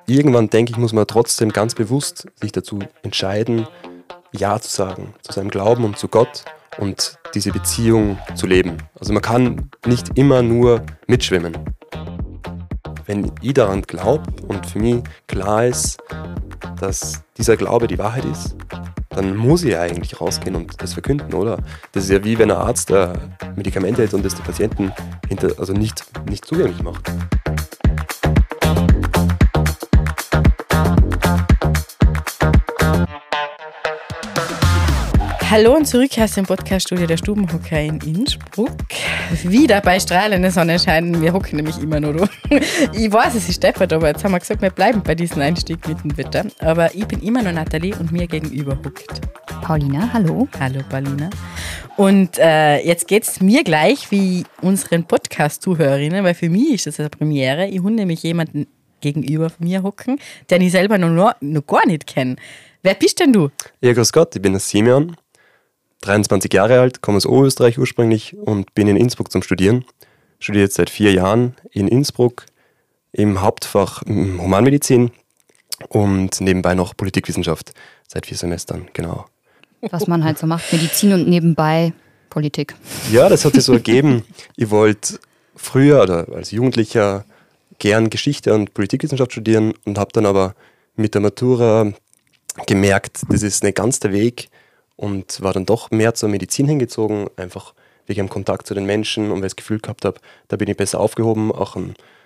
irgendwann, denke ich, muss man trotzdem ganz bewusst sich dazu entscheiden, Ja zu sagen zu seinem Glauben und zu Gott und diese Beziehung zu leben. Also man kann nicht immer nur mitschwimmen. Wenn ich daran glaube und für mich klar ist, dass dieser Glaube die Wahrheit ist, dann muss ich ja eigentlich rausgehen und das verkünden, oder? Das ist ja wie wenn ein Arzt Medikamente hält und das den Patienten nicht zugänglich macht. Hallo und zurück aus dem Podcaststudio der Stubenhocker in Innsbruck. Wieder bei strahlender Sonnenschein. Wir hocken nämlich immer nur da. Ich weiß, es ist deppert, aber jetzt haben wir gesagt, wir bleiben bei diesem Einstieg mit dem Wetter. Aber ich bin immer noch Nathalie und mir gegenüber hockt Paulina, hallo. Hallo Paulina. Und jetzt geht es mir gleich wie unseren Podcast-Zuhörerinnen, weil für mich ist das eine Premiere. Ich habe nämlich jemanden gegenüber von mir hocken, den ich selber noch gar nicht kenne. Wer bist denn du? Ja, grüß Gott, ich bin der Simeon, 23 Jahre alt, komme aus Oberösterreich ursprünglich und bin in Innsbruck zum Studieren. Studiere jetzt seit 4 Jahren in Innsbruck im Hauptfach Humanmedizin und nebenbei noch Politikwissenschaft seit 4 Semestern, genau. Was man halt so macht, Medizin und nebenbei Politik. Ja, das hat sich so ergeben. Ich wollte früher oder als Jugendlicher gern Geschichte und Politikwissenschaft studieren und habe dann aber mit der Matura gemerkt, das ist nicht ganz der Weg und war dann doch mehr zur Medizin hingezogen, einfach wegen dem Kontakt zu den Menschen und weil ich das Gefühl gehabt habe, da bin ich besser aufgehoben, auch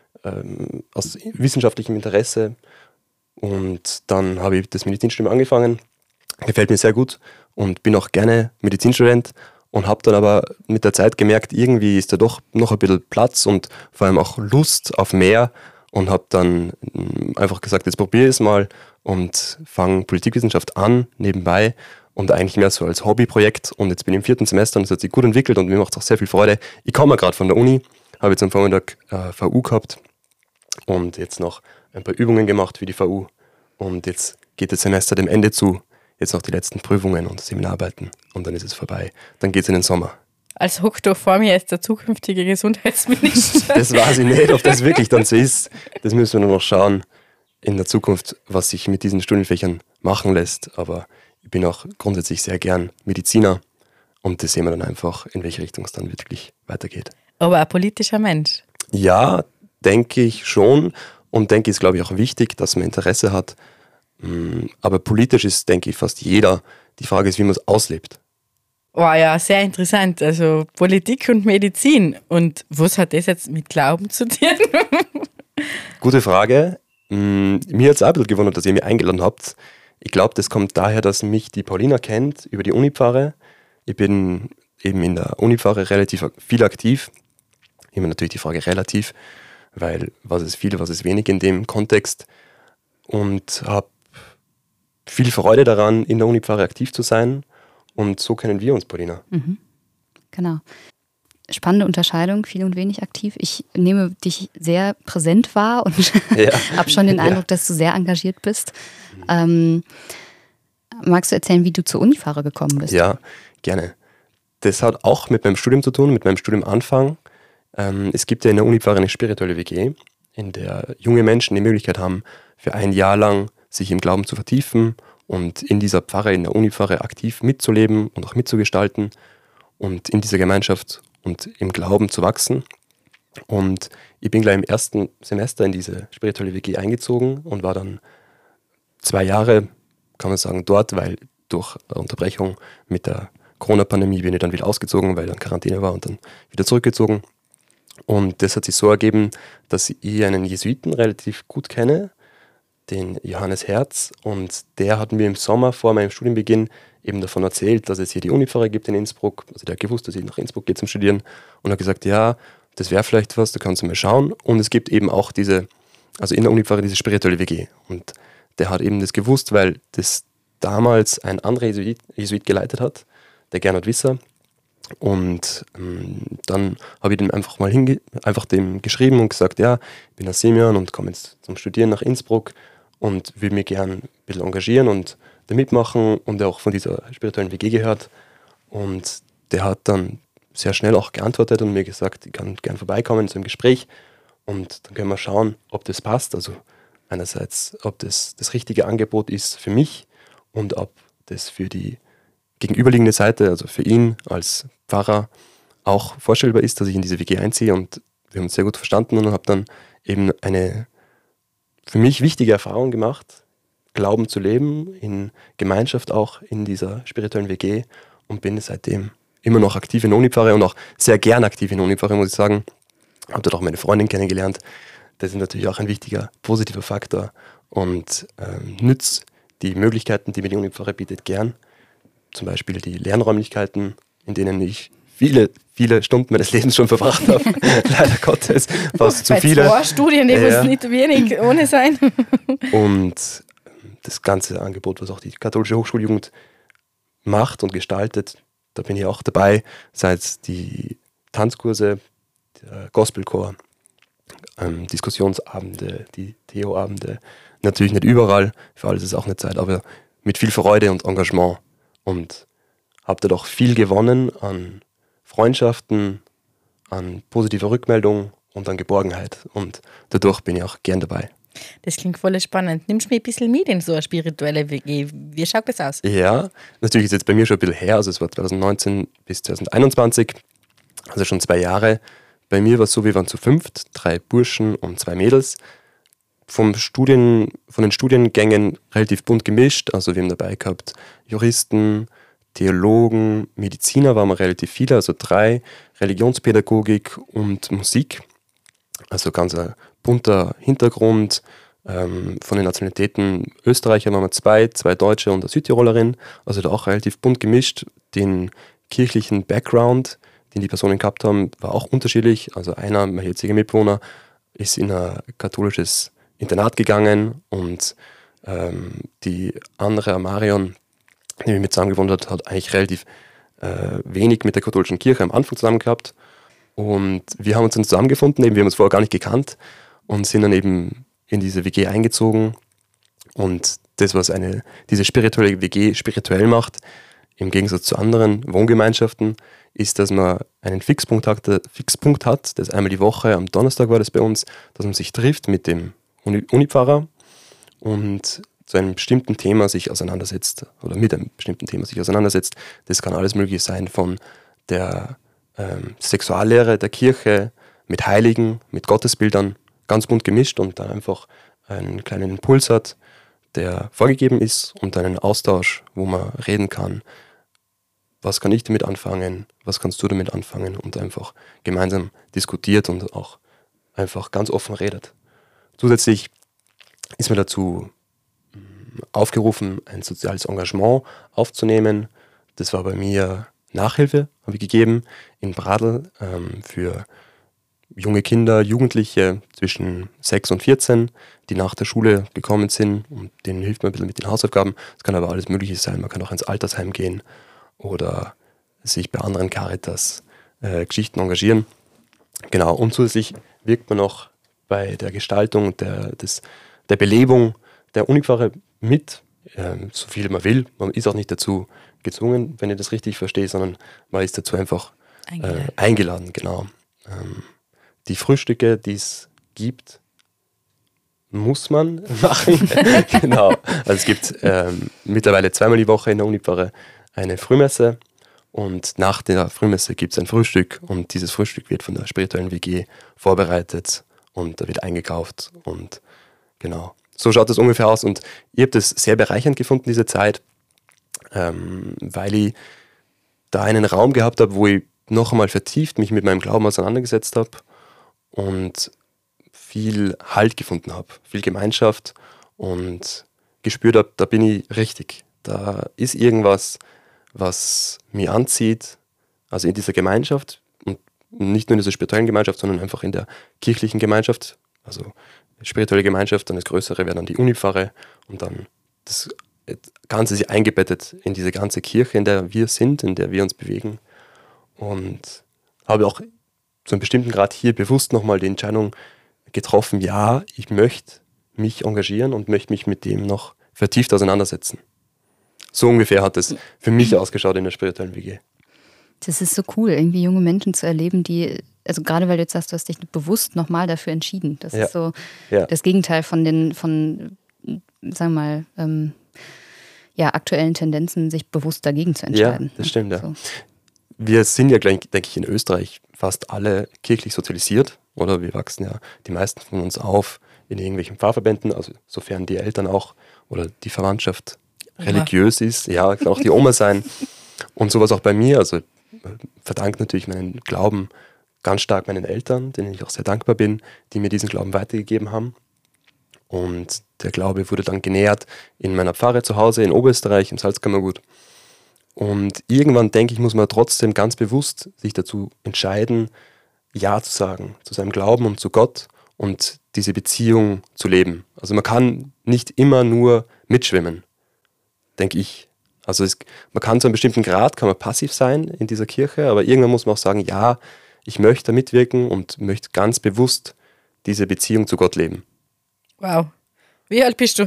aus wissenschaftlichem Interesse. Und dann habe ich das Medizinstudium angefangen, gefällt mir sehr gut und bin auch gerne Medizinstudent und habe dann aber mit der Zeit gemerkt, irgendwie ist da doch noch ein bisschen Platz und vor allem auch Lust auf mehr und habe dann einfach gesagt, jetzt probiere ich es mal und fange Politikwissenschaft an, nebenbei und eigentlich mehr so als Hobbyprojekt und jetzt bin ich im 4. Semester und es hat sich gut entwickelt und mir macht es auch sehr viel Freude. Ich komme gerade von der Uni, habe jetzt am Vormittag VU gehabt und jetzt noch ein paar Übungen gemacht für die VU und jetzt geht das Semester dem Ende zu, jetzt noch die letzten Prüfungen und Seminararbeiten und dann ist es vorbei, dann geht es in den Sommer. Als hockt doch vor mir jetzt der zukünftige Gesundheitsminister. Das weiß ich nicht, ob das wirklich dann so ist. Das müssen wir nur noch schauen in der Zukunft, was sich mit diesen Studienfächern machen lässt. Aber ich bin auch grundsätzlich sehr gern Mediziner und das sehen wir dann einfach, in welche Richtung es dann wirklich weitergeht. Aber ein politischer Mensch. Ja, denke ich schon und denke, ist glaube ich auch wichtig, dass man Interesse hat. Aber politisch ist, denke ich, fast jeder. Die Frage ist, wie man es auslebt. Oh ja, sehr interessant. Also Politik und Medizin. Und was hat das jetzt mit Glauben zu tun? Gute Frage. Mir hat es auch ein bisschen gewundert, dass ihr mich eingeladen habt. Ich glaube, das kommt daher, dass mich die Paulina kennt über die Unipfarre. Ich bin eben in der Unipfarre relativ viel aktiv. Immer natürlich die Frage relativ, weil was ist viel, was ist wenig in dem Kontext. Und habe viel Freude daran, in der Unipfarre aktiv zu sein. Und so kennen wir uns, Paulina. Mhm. Genau. Spannende Unterscheidung, viel und wenig aktiv. Ich nehme dich sehr präsent wahr und habe schon den Eindruck, dass du sehr engagiert bist. Magst du erzählen, wie du zur Unipfarre gekommen bist? Ja, gerne. Das hat auch mit meinem Studium zu tun, mit meinem Studiumanfang. Es gibt ja in der Unipfarre eine spirituelle WG, in der junge Menschen die Möglichkeit haben, für 1 Jahr lang sich im Glauben zu vertiefen und in dieser Pfarre, in der Unipfarre aktiv mitzuleben und auch mitzugestalten und in dieser Gemeinschaft und im Glauben zu wachsen. Und ich bin gleich im 1. Semester in diese spirituelle WG eingezogen und war dann 2 Jahre, kann man sagen, dort, weil durch Unterbrechung mit der Corona-Pandemie bin ich dann wieder ausgezogen, weil dann Quarantäne war und dann wieder zurückgezogen. Und das hat sich so ergeben, dass ich einen Jesuiten relativ gut kenne, den Johannes Herz, und der hat mir im Sommer vor meinem Studienbeginn eben davon erzählt, dass es hier die Unipfarre gibt in Innsbruck. Also der hat gewusst, dass ich nach Innsbruck gehe zum Studieren und hat gesagt, ja, das wäre vielleicht was, da kannst du mal schauen. Und es gibt eben auch also in der Unipfarre diese spirituelle WG. Und der hat eben das gewusst, weil das damals ein anderer Jesuit geleitet hat, der Gernot Wisser. Und dann habe ich dem einfach mal dem geschrieben und gesagt, ja, ich bin der Simeon und komme jetzt zum Studieren nach Innsbruck und will mich gern ein bisschen engagieren und da mitmachen und auch von dieser spirituellen WG gehört. Und der hat dann sehr schnell auch geantwortet und mir gesagt, ich kann gern vorbeikommen zu einem Gespräch und dann können wir schauen, ob das passt. Also einerseits, ob das richtige Angebot ist für mich und ob das für die gegenüberliegende Seite, also für ihn als Pfarrer, auch vorstellbar ist, dass ich in diese WG einziehe. Und wir haben uns sehr gut verstanden und habe dann eben eine für mich wichtige Erfahrung gemacht, Glauben zu leben, in Gemeinschaft auch in dieser spirituellen WG, und bin seitdem immer noch aktiv in der Unipfarre und auch sehr gern aktiv in der Unipfarre, muss ich sagen. Habe dort auch meine Freundin kennengelernt. Das ist natürlich auch ein wichtiger, positiver Faktor und nützt die Möglichkeiten, die mir die Unipfarre bietet, gern. Zum Beispiel die Lernräumlichkeiten, in denen ich viele Stunden meines Lebens schon verbracht habe. Leider Gottes, fast zu viele. Bei 2 Studien, die muss nicht wenig ohne sein. Und das ganze Angebot, was auch die katholische Hochschuljugend macht und gestaltet, da bin ich auch dabei, sei es die Tanzkurse, der Gospelchor, Diskussionsabende, die Theo-Abende. Natürlich nicht überall, für alles ist auch eine Zeit, aber mit viel Freude und Engagement. Und habe da doch viel gewonnen an Freundschaften, an positiver Rückmeldung und an Geborgenheit. Und dadurch bin ich auch gern dabei. Das klingt voll spannend. Nimmst du mich ein bisschen mit in so eine spirituelle WG? Wie schaut das aus? Ja, natürlich ist jetzt bei mir schon ein bisschen her. Also es war 2019 bis 2021, also schon 2 Jahre. Bei mir war es so, wir waren zu 5, 3 Burschen und 2 Mädels. Von den Studiengängen relativ bunt gemischt. Also wir haben dabei gehabt Juristen, Theologen, Mediziner waren wir relativ viele, also 3, Religionspädagogik und Musik. Also ganz ein bunter Hintergrund. Von den Nationalitäten Österreicher waren wir 2 Deutsche und eine Südtirolerin. Also da auch relativ bunt gemischt. Den kirchlichen Background, den die Personen gehabt haben, war auch unterschiedlich. Also einer, mein jetziger Mitbewohner, ist in ein katholisches Internat gegangen und die andere, Marion, die mit zusammen gewohnt hat eigentlich relativ wenig mit der katholischen Kirche am Anfang zusammen gehabt. Und wir haben uns dann zusammengefunden, wir haben uns vorher gar nicht gekannt und sind dann eben in diese WG eingezogen. Und das, was diese spirituelle WG spirituell macht, im Gegensatz zu anderen Wohngemeinschaften, ist, dass man einen Fixpunkt hat, das einmal die Woche, am Donnerstag war das bei uns, dass man sich trifft mit dem Unipfarrer und zu einem bestimmten Thema sich auseinandersetzt oder mit einem bestimmten Thema sich auseinandersetzt. Das kann alles Mögliche sein, von der Sexuallehre der Kirche, mit Heiligen, mit Gottesbildern, ganz bunt gemischt und dann einfach einen kleinen Impuls hat, der vorgegeben ist, und einen Austausch, wo man reden kann, was kann ich damit anfangen, was kannst du damit anfangen, und einfach gemeinsam diskutiert und auch einfach ganz offen redet. Zusätzlich ist man dazu aufgerufen, ein soziales Engagement aufzunehmen. Das war bei mir Nachhilfe, habe ich gegeben in Bradl für junge Kinder, Jugendliche zwischen 6 und 14, die nach der Schule gekommen sind, und denen hilft man ein bisschen mit den Hausaufgaben. Es kann aber alles Mögliche sein. Man kann auch ins Altersheim gehen oder sich bei anderen Caritas-Geschichten engagieren. Genau, und zusätzlich wirkt man noch bei der Gestaltung der Belebung der Unipfarre mit, so viel man will. Man ist auch nicht dazu gezwungen, wenn ich das richtig verstehe, sondern man ist dazu einfach eingeladen. Genau. Die Frühstücke, die es gibt, muss man machen. Genau. Also es gibt mittlerweile 2-mal die Woche in der Unipfarre eine Frühmesse, und nach der Frühmesse gibt es ein Frühstück, und dieses Frühstück wird von der spirituellen WG vorbereitet und da wird eingekauft, und genau. So schaut das ungefähr aus, und ich habe das sehr bereichernd gefunden, diese Zeit, weil ich da einen Raum gehabt habe, wo ich noch einmal vertieft mich mit meinem Glauben auseinandergesetzt habe und viel Halt gefunden habe, viel Gemeinschaft, und gespürt habe, da bin ich richtig. Da ist irgendwas, was mich anzieht, also in dieser Gemeinschaft, und nicht nur in dieser spirituellen Gemeinschaft, sondern einfach in der kirchlichen Gemeinschaft, also spirituelle Gemeinschaft, dann das Größere wäre dann die Unipfarre, und dann das Ganze ist eingebettet in diese ganze Kirche, in der wir sind, in der wir uns bewegen, und habe auch zu einem bestimmten Grad hier bewusst nochmal die Entscheidung getroffen, ja, ich möchte mich engagieren und möchte mich mit dem noch vertieft auseinandersetzen. So ungefähr hat es für mich ausgeschaut in der spirituellen WG. Das ist so cool, irgendwie junge Menschen zu erleben, die, also gerade weil du jetzt sagst, du hast dich bewusst nochmal dafür entschieden. Das ist so das Gegenteil von sagen wir mal, aktuellen Tendenzen, sich bewusst dagegen zu entscheiden. Ja, das stimmt, ja. So. Wir sind ja, denke ich, in Österreich fast alle kirchlich sozialisiert, oder? Wir wachsen ja die meisten von uns auf in irgendwelchen Pfarrverbänden, also sofern die Eltern auch oder die Verwandtschaft religiös ist. Ja, kann auch die Oma sein. Und sowas auch bei mir. Also verdankt natürlich meinen Glauben ganz stark meinen Eltern, denen ich auch sehr dankbar bin, die mir diesen Glauben weitergegeben haben. Und der Glaube wurde dann genährt in meiner Pfarre zu Hause in Oberösterreich, im Salzkammergut. Und irgendwann, denke ich, muss man trotzdem ganz bewusst sich dazu entscheiden, Ja zu sagen zu seinem Glauben und zu Gott und diese Beziehung zu leben. Also man kann nicht immer nur mitschwimmen, denke ich. Also man kann zu einem bestimmten Grad, kann man passiv sein in dieser Kirche, aber irgendwann muss man auch sagen, ja, ich möchte da mitwirken und möchte ganz bewusst diese Beziehung zu Gott leben. Wow. Wie alt bist du?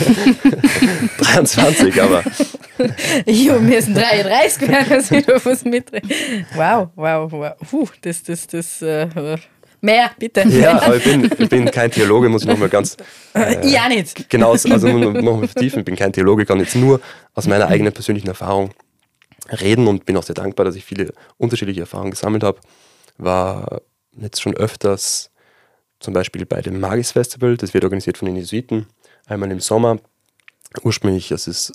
23, aber... Jo, wir sind 33 werden, dass ich da was mitrede. Wow. Mehr, bitte. Ja, aber ich bin kein Theologe, muss ich nochmal ganz... ich auch nicht. Genau, also nochmal vertiefen, ich bin kein Theologe, kann jetzt nur aus meiner eigenen persönlichen Erfahrung reden und bin auch sehr dankbar, dass ich viele unterschiedliche Erfahrungen gesammelt habe. War jetzt schon öfters zum Beispiel bei dem Magis Festival, das wird organisiert von den Jesuiten, einmal im Sommer. Ursprünglich hat sich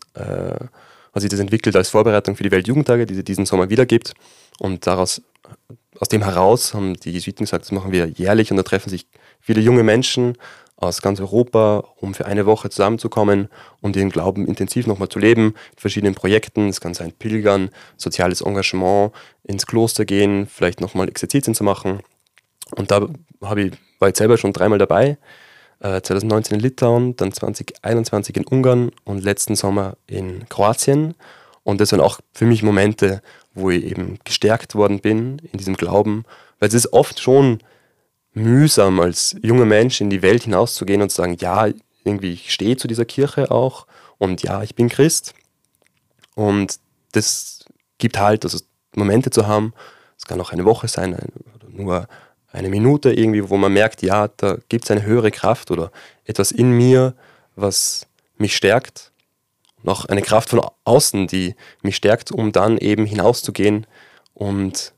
das entwickelt als Vorbereitung für die Weltjugendtage, die es diesen Sommer wieder gibt. Und aus dem heraus haben die Jesuiten gesagt, das machen wir jährlich und da treffen sich viele junge Menschen aus ganz Europa, um für eine Woche zusammenzukommen und ihren Glauben intensiv nochmal zu leben, in verschiedenen Projekten. Es kann sein Pilgern, soziales Engagement, ins Kloster gehen, vielleicht nochmal Exerzitien zu machen. Und da war ich selber schon 3-mal dabei. 2019 in Litauen, dann 2021 in Ungarn und letzten Sommer in Kroatien. Und das waren auch für mich Momente, wo ich eben gestärkt worden bin in diesem Glauben. Weil es ist oft schon mühsam, als junger Mensch in die Welt hinauszugehen und zu sagen, ja, irgendwie ich stehe zu dieser Kirche auch und ja, ich bin Christ. Und das gibt halt, also Momente zu haben, es kann auch eine Woche sein, oder nur eine Minute irgendwie, wo man merkt, ja, da gibt es eine höhere Kraft oder etwas in mir, was mich stärkt. Noch eine Kraft von außen, die mich stärkt, um dann eben hinauszugehen und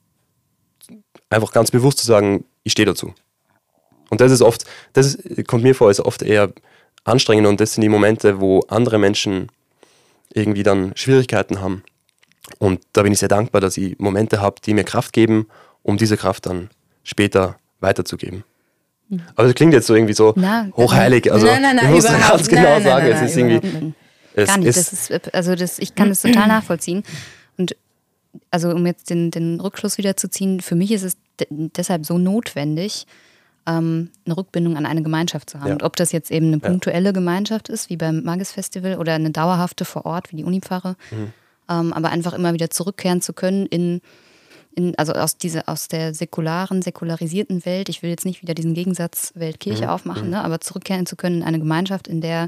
einfach ganz bewusst zu sagen, ich stehe dazu. Und kommt mir vor, als oft eher anstrengend und das sind die Momente, wo andere Menschen irgendwie dann Schwierigkeiten haben. Und da bin ich sehr dankbar, dass ich Momente habe, die mir Kraft geben, um diese Kraft dann später weiterzugeben. Aber das klingt jetzt so irgendwie so hochheilig. Also nein, ich muss ganz genau sagen, es ist irgendwie... Gar nicht. Ich kann das total nachvollziehen. Und also um jetzt den Rückschluss wieder zu ziehen, für mich ist es deshalb so notwendig, eine Rückbindung an eine Gemeinschaft zu haben. Ja. Und ob das jetzt eben eine punktuelle Gemeinschaft ist, wie beim Magis Festival, oder eine dauerhafte vor Ort, wie die Unipfarre, aber einfach immer wieder zurückkehren zu können also aus der säkularisierten Welt. Ich will jetzt nicht wieder diesen Gegensatz Welt-Kirche aufmachen, ne, aber zurückkehren zu können in eine Gemeinschaft, in der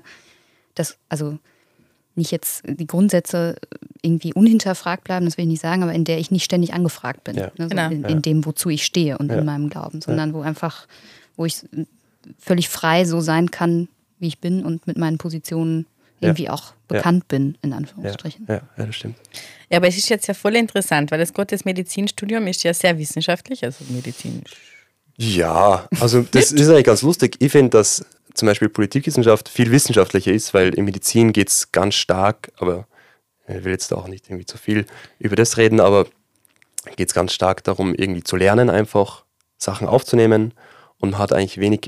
also nicht jetzt die Grundsätze irgendwie unhinterfragt bleiben, das will ich nicht sagen, aber in der ich nicht ständig angefragt bin. Ja. Ne, so in dem, wozu ich stehe und in meinem Glauben, sondern wo ich völlig frei so sein kann, wie ich bin und mit meinen Positionen irgendwie auch bekannt bin, in Anführungsstrichen. Ja, das stimmt. Ja, aber es ist jetzt ja voll interessant, weil das Gottesmedizinstudium ist ja sehr wissenschaftlich, also medizinisch. Ja, also das ist eigentlich ganz lustig. Ich finde, dass zum Beispiel Politikwissenschaft viel wissenschaftlicher ist, weil in Medizin geht es ganz stark, aber ich will jetzt auch nicht irgendwie zu viel über das reden, aber geht es ganz stark darum, irgendwie zu lernen, einfach Sachen aufzunehmen und man hat eigentlich wenig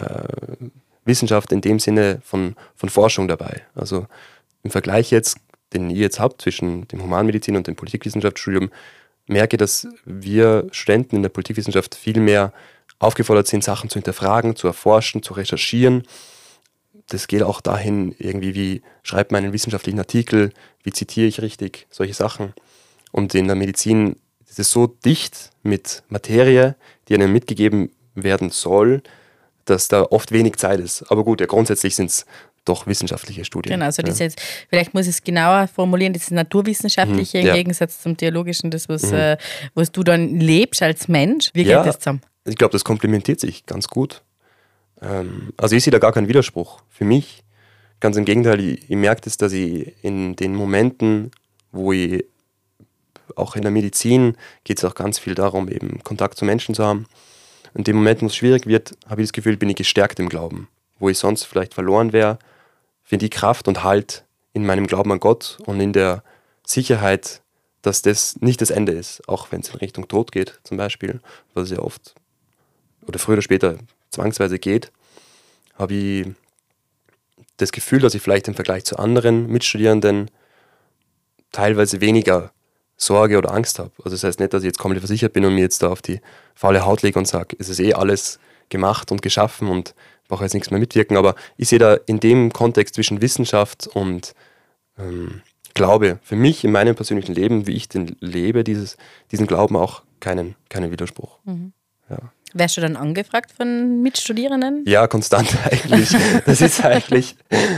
Wissenschaft in dem Sinne von Forschung dabei. Also im Vergleich jetzt, den ihr jetzt habt zwischen dem Humanmedizin und dem Politikwissenschaftsstudium, merke, dass wir Studenten in der Politikwissenschaft viel mehr aufgefordert sind, Sachen zu hinterfragen, zu erforschen, zu recherchieren. Das geht auch dahin, irgendwie, wie schreibt man einen wissenschaftlichen Artikel, wie zitiere ich richtig, solche Sachen. Und in der Medizin ist es so dicht mit Materie, die einem mitgegeben werden soll, dass da oft wenig Zeit ist. Aber gut, ja, grundsätzlich sind es doch wissenschaftliche Studie. Genau, also das jetzt, vielleicht muss ich es genauer formulieren, das ist naturwissenschaftliche im Gegensatz zum theologischen, das, was du dann lebst als Mensch. Wie geht das zusammen? Ich glaube, das komplementiert sich ganz gut. Also ich sehe da gar keinen Widerspruch. Für mich, ganz im Gegenteil, ich merke das, dass ich in den Momenten, wo ich auch in der Medizin geht es auch ganz viel darum, eben Kontakt zu Menschen zu haben. In dem Moment, wo es schwierig wird, habe ich das Gefühl, bin ich gestärkt im Glauben. Wo ich sonst vielleicht verloren wäre, finde ich Kraft und Halt in meinem Glauben an Gott und in der Sicherheit, dass das nicht das Ende ist, auch wenn es in Richtung Tod geht zum Beispiel, was ja oft oder früher oder später zwangsweise geht, habe ich das Gefühl, dass ich vielleicht im Vergleich zu anderen Mitstudierenden teilweise weniger Sorge oder Angst habe. Also das heißt nicht, dass ich jetzt komplett versichert bin und mir jetzt da auf die faule Haut lege und sage, es ist alles gemacht und geschaffen und brauche jetzt nichts mehr mitwirken, aber ich sehe da in dem Kontext zwischen Wissenschaft und Glaube für mich in meinem persönlichen Leben, wie ich den lebe, diesen Glauben auch keinen Widerspruch. Ja. Wärst du dann angefragt von Mitstudierenden? Ja, konstant eigentlich. Das ist eigentlich,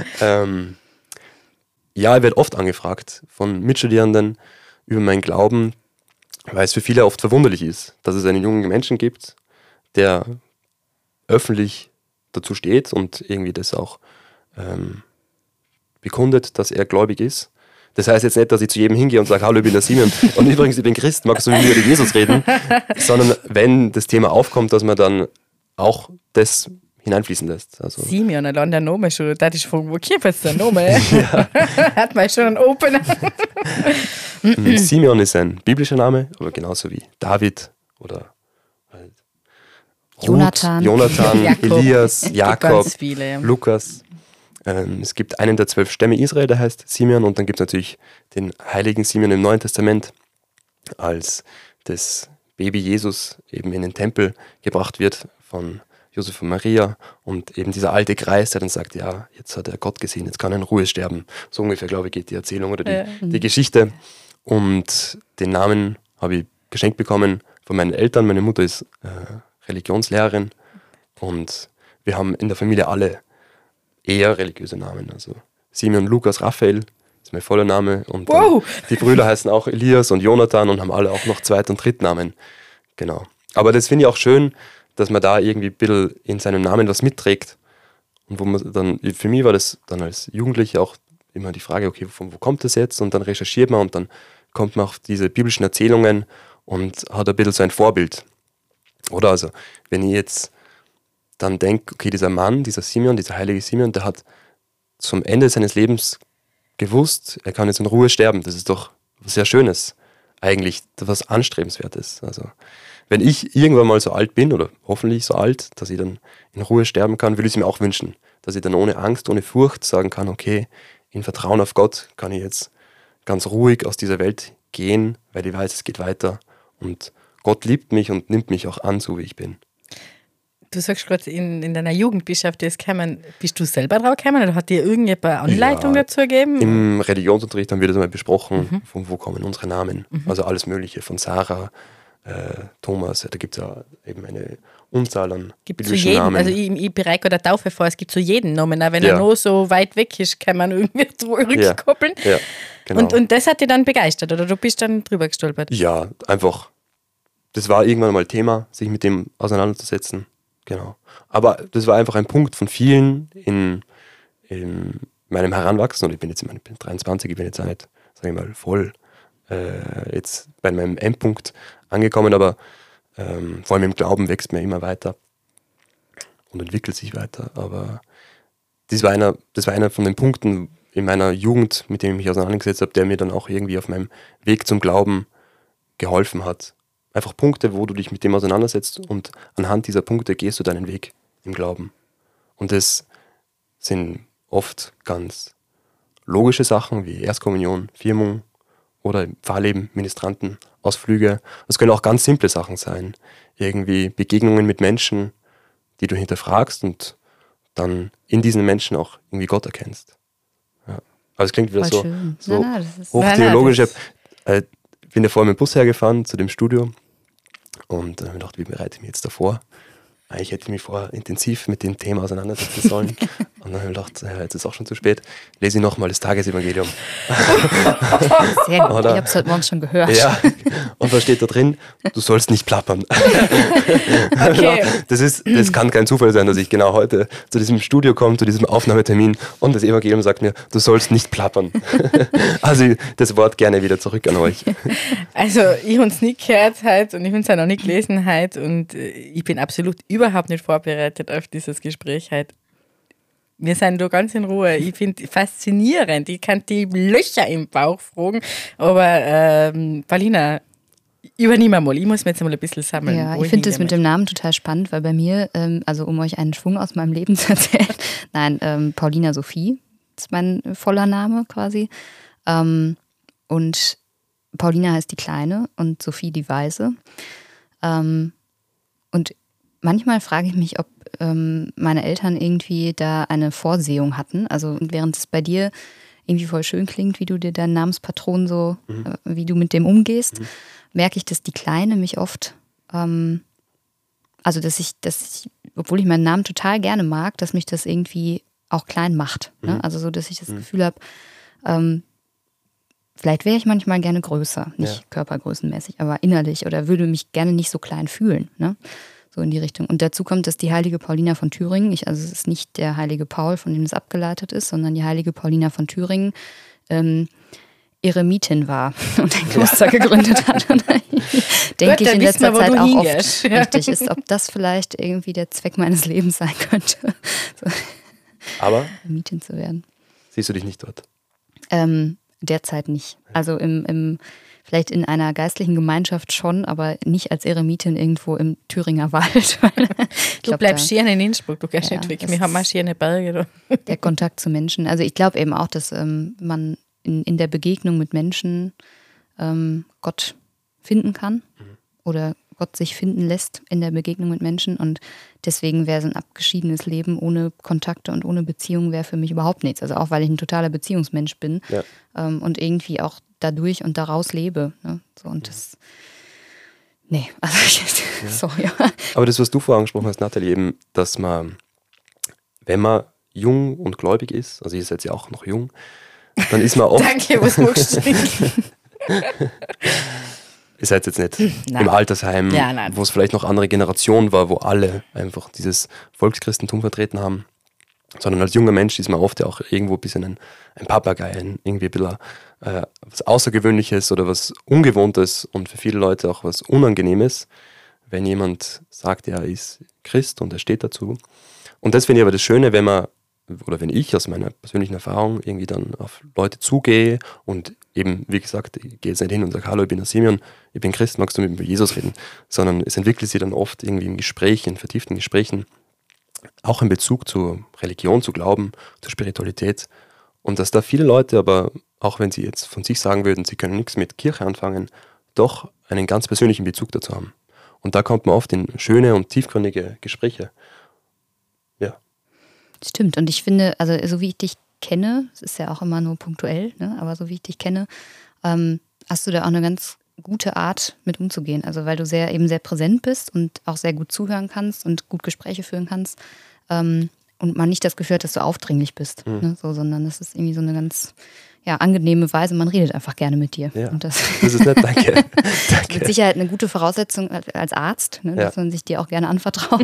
ich werde oft angefragt von Mitstudierenden über meinen Glauben, weil es für viele oft verwunderlich ist, dass es einen jungen Menschen gibt, der öffentlich dazu steht und irgendwie das auch bekundet, dass er gläubig ist. Das heißt jetzt nicht, dass ich zu jedem hingehe und sage, hallo, ich bin der Simeon und übrigens, ich bin Christ, magst du mit mir über Jesus reden? Sondern wenn das Thema aufkommt, dass man dann auch das hineinfließen lässt. Also Simeon, allein der Name schon, da ist von wo kommt jetzt der Name? Hat man schon einen Opener. Simeon ist ein biblischer Name, aber genauso wie David oder halt Jonathan, Jakob. Elias, Jakob, Ganz viele, ja. Lukas. Es gibt einen der 12 Stämme Israel, der heißt Simeon, und dann gibt es natürlich den heiligen Simeon im Neuen Testament, als das Baby Jesus eben in den Tempel gebracht wird von Josef und Maria und eben dieser alte Kreis, der dann sagt, ja, jetzt hat er Gott gesehen, jetzt kann er in Ruhe sterben. So ungefähr, glaube ich, geht die Erzählung oder die Geschichte. Und den Namen habe ich geschenkt bekommen von meinen Eltern. Meine Mutter ist Religionslehrerin und wir haben in der Familie alle eher religiöse Namen. Also Simeon Lukas Raphael ist mein voller Name und die Brüder heißen auch Elias und Jonathan und haben alle auch noch Zweit- und Drittnamen. Genau. Aber das finde ich auch schön, dass man da irgendwie ein bisschen in seinem Namen was mitträgt. Und wo man dann, für mich war das dann als Jugendlicher auch immer die Frage, okay, von wo kommt das jetzt? Und dann recherchiert man und dann kommt man auf diese biblischen Erzählungen und hat ein bisschen so ein Vorbild. Oder also, wenn ich jetzt dann denke, okay, dieser Mann, dieser Simeon, dieser heilige Simeon, der hat zum Ende seines Lebens gewusst, er kann jetzt in Ruhe sterben. Das ist doch was sehr Schönes, eigentlich was Anstrebenswertes. Also wenn ich irgendwann mal so alt bin, oder hoffentlich so alt, dass ich dann in Ruhe sterben kann, würde ich es mir auch wünschen, dass ich dann ohne Angst, ohne Furcht sagen kann, okay, in Vertrauen auf Gott kann ich jetzt ganz ruhig aus dieser Welt gehen, weil ich weiß, es geht weiter und Gott liebt mich und nimmt mich auch an, so wie ich bin. Du sagst gerade, in deiner Jugend bist du selber drauf gekommen oder hat dir irgendjemand eine Anleitung dazu gegeben? Im Religionsunterricht haben wir das mal besprochen, von wo kommen unsere Namen. Also alles Mögliche, von Sarah, Thomas, da gibt es ja eben eine Unzahl an biblischen Namen. Also ich bereite gerade der Taufe vor, es gibt zu jedem Namen, auch wenn er noch so weit weg ist, kann man irgendwie zurückkoppeln. Ja, genau. Und das hat dich dann begeistert oder du bist dann drüber gestolpert? Ja, einfach, das war irgendwann mal Thema, sich mit dem auseinanderzusetzen. Genau. Aber das war einfach ein Punkt von vielen in meinem Heranwachsen. Und ich bin 23, ich bin jetzt auch nicht, sage ich mal, voll jetzt bei meinem Endpunkt angekommen, aber vor allem im Glauben wächst man immer weiter und entwickelt sich weiter. Aber das war einer von den Punkten in meiner Jugend, mit dem ich mich auseinandergesetzt habe, der mir dann auch irgendwie auf meinem Weg zum Glauben geholfen hat. Einfach Punkte, wo du dich mit dem auseinandersetzt und anhand dieser Punkte gehst du deinen Weg im Glauben. Und das sind oft ganz logische Sachen wie Erstkommunion, Firmung oder Pfarrleben, Ministranten, Ausflüge. Es können auch ganz simple Sachen sein. Irgendwie Begegnungen mit Menschen, die du hinterfragst und dann in diesen Menschen auch irgendwie Gott erkennst. Ja. Aber es klingt wieder so hochtheologisch. Ich bin ja vorher mit dem Bus hergefahren zu dem Studio und habe gedacht, wie bereite ich mich jetzt davor? eigentlich hätte ich mich vorher intensiv mit dem Thema auseinandersetzen sollen. Und dann habe ich gedacht, ja, jetzt ist auch schon zu spät. Lese ich nochmal das Tagesevangelium. Sehr gut, ich habe es heute Morgen schon gehört. Ja, und da steht da drin, du sollst nicht plappern. Okay. Das kann kein Zufall sein, dass ich genau heute zu diesem Studio komme, zu diesem Aufnahmetermin und das Evangelium sagt mir, du sollst nicht plappern. Also das Wort gerne wieder zurück an euch. Also ich habe es nicht gehört heute und ich habe es auch noch nicht gelesen heute und ich bin absolut überhaupt nicht vorbereitet auf dieses Gespräch heute. Wir sind da ganz in Ruhe. Ich finde faszinierend. Ich kann die Löcher im Bauch fragen, aber Paulina, übernimm mal. Ich muss mir jetzt mal ein bisschen sammeln. Ja, ich finde das mit dem Namen total spannend, weil bei mir, also um euch einen Schwung aus meinem Leben zu erzählen, Paulina Sophie ist mein voller Name quasi. Und Paulina heißt die Kleine und Sophie die Weise. Und manchmal frage ich mich, ob meine Eltern irgendwie da eine Vorsehung hatten. Also während es bei dir irgendwie voll schön klingt, wie du dir deinen Namenspatron so, wie du mit dem umgehst, merke ich, dass die Kleine mich oft, dass ich, obwohl ich meinen Namen total gerne mag, dass mich das irgendwie auch klein macht. Ne? Also so, dass ich das Gefühl habe, vielleicht wäre ich manchmal gerne größer, nicht körpergrößenmäßig, aber innerlich oder würde mich gerne nicht so klein fühlen. Ne? So in die Richtung. Und dazu kommt, dass die heilige Paulina von Thüringen, also es ist nicht der heilige Paul, von dem es abgeleitet ist, sondern die heilige Paulina von Thüringen Eremitin war und ein Kloster gegründet hat. Und denke ich in letzter Zeit auch oft richtig ist, ob das vielleicht irgendwie der Zweck meines Lebens sein könnte, so Aber Eremitin zu werden. Siehst du dich nicht dort? Derzeit nicht. Also vielleicht in einer geistlichen Gemeinschaft schon, aber nicht als Eremitin irgendwo im Thüringer Wald. Du bleibst hier in Innsbruck, du gehst nicht weg. Wir haben auch hier eine Berge. Der Kontakt zu Menschen. Also ich glaube eben auch, dass man in der Begegnung mit Menschen Gott finden kann oder Gott sich finden lässt in der Begegnung mit Menschen. Und deswegen wäre so ein abgeschiedenes Leben ohne Kontakte und ohne Beziehung wäre für mich überhaupt nichts. Also auch, weil ich ein totaler Beziehungsmensch bin und irgendwie auch dadurch und daraus lebe. Ne? So, und das, sorry. Aber das, was du vorher angesprochen hast, Nathalie, eben, dass man, wenn man jung und gläubig ist, also ihr seid ja auch noch jung, dann ist man oft... Danke, was magst du trinken? Ihr seid jetzt nicht im Altersheim, wo es vielleicht noch andere Generationen war, wo alle einfach dieses Volkschristentum vertreten haben. Sondern als junger Mensch ist man oft ja auch irgendwo ein bisschen ein Papagei, irgendwie ein bisschen was Außergewöhnliches oder was Ungewohntes und für viele Leute auch was Unangenehmes, wenn jemand sagt, er ist Christ und er steht dazu. Und das finde ich aber das Schöne, wenn ich aus meiner persönlichen Erfahrung irgendwie dann auf Leute zugehe und eben, wie gesagt, ich gehe jetzt nicht hin und sage, hallo, ich bin der Simeon, ich bin Christ, magst du mit mir über Jesus reden? Sondern es entwickelt sich dann oft irgendwie in Gesprächen, in vertieften Gesprächen, auch in Bezug zu Religion, zu Glauben, zu Spiritualität. Und dass da viele Leute aber, auch wenn sie jetzt von sich sagen würden, sie können nichts mit Kirche anfangen, doch einen ganz persönlichen Bezug dazu haben. Und da kommt man oft in schöne und tiefgründige Gespräche. Ja. Stimmt. Und ich finde, also so wie ich dich kenne, es ist ja auch immer nur punktuell, ne? Aber so wie ich dich kenne, hast du da auch eine ganz gute Art mit umzugehen. Also weil du sehr präsent bist und auch sehr gut zuhören kannst und gut Gespräche führen kannst. Und man nicht das Gefühl hat, dass du aufdringlich bist, ne? So, sondern das ist irgendwie so eine ganz angenehme Weise. Man redet einfach gerne mit dir. Ja, und das ist nett, danke. Danke. Mit Sicherheit eine gute Voraussetzung als Arzt, ne? Dass man sich dir auch gerne anvertraut.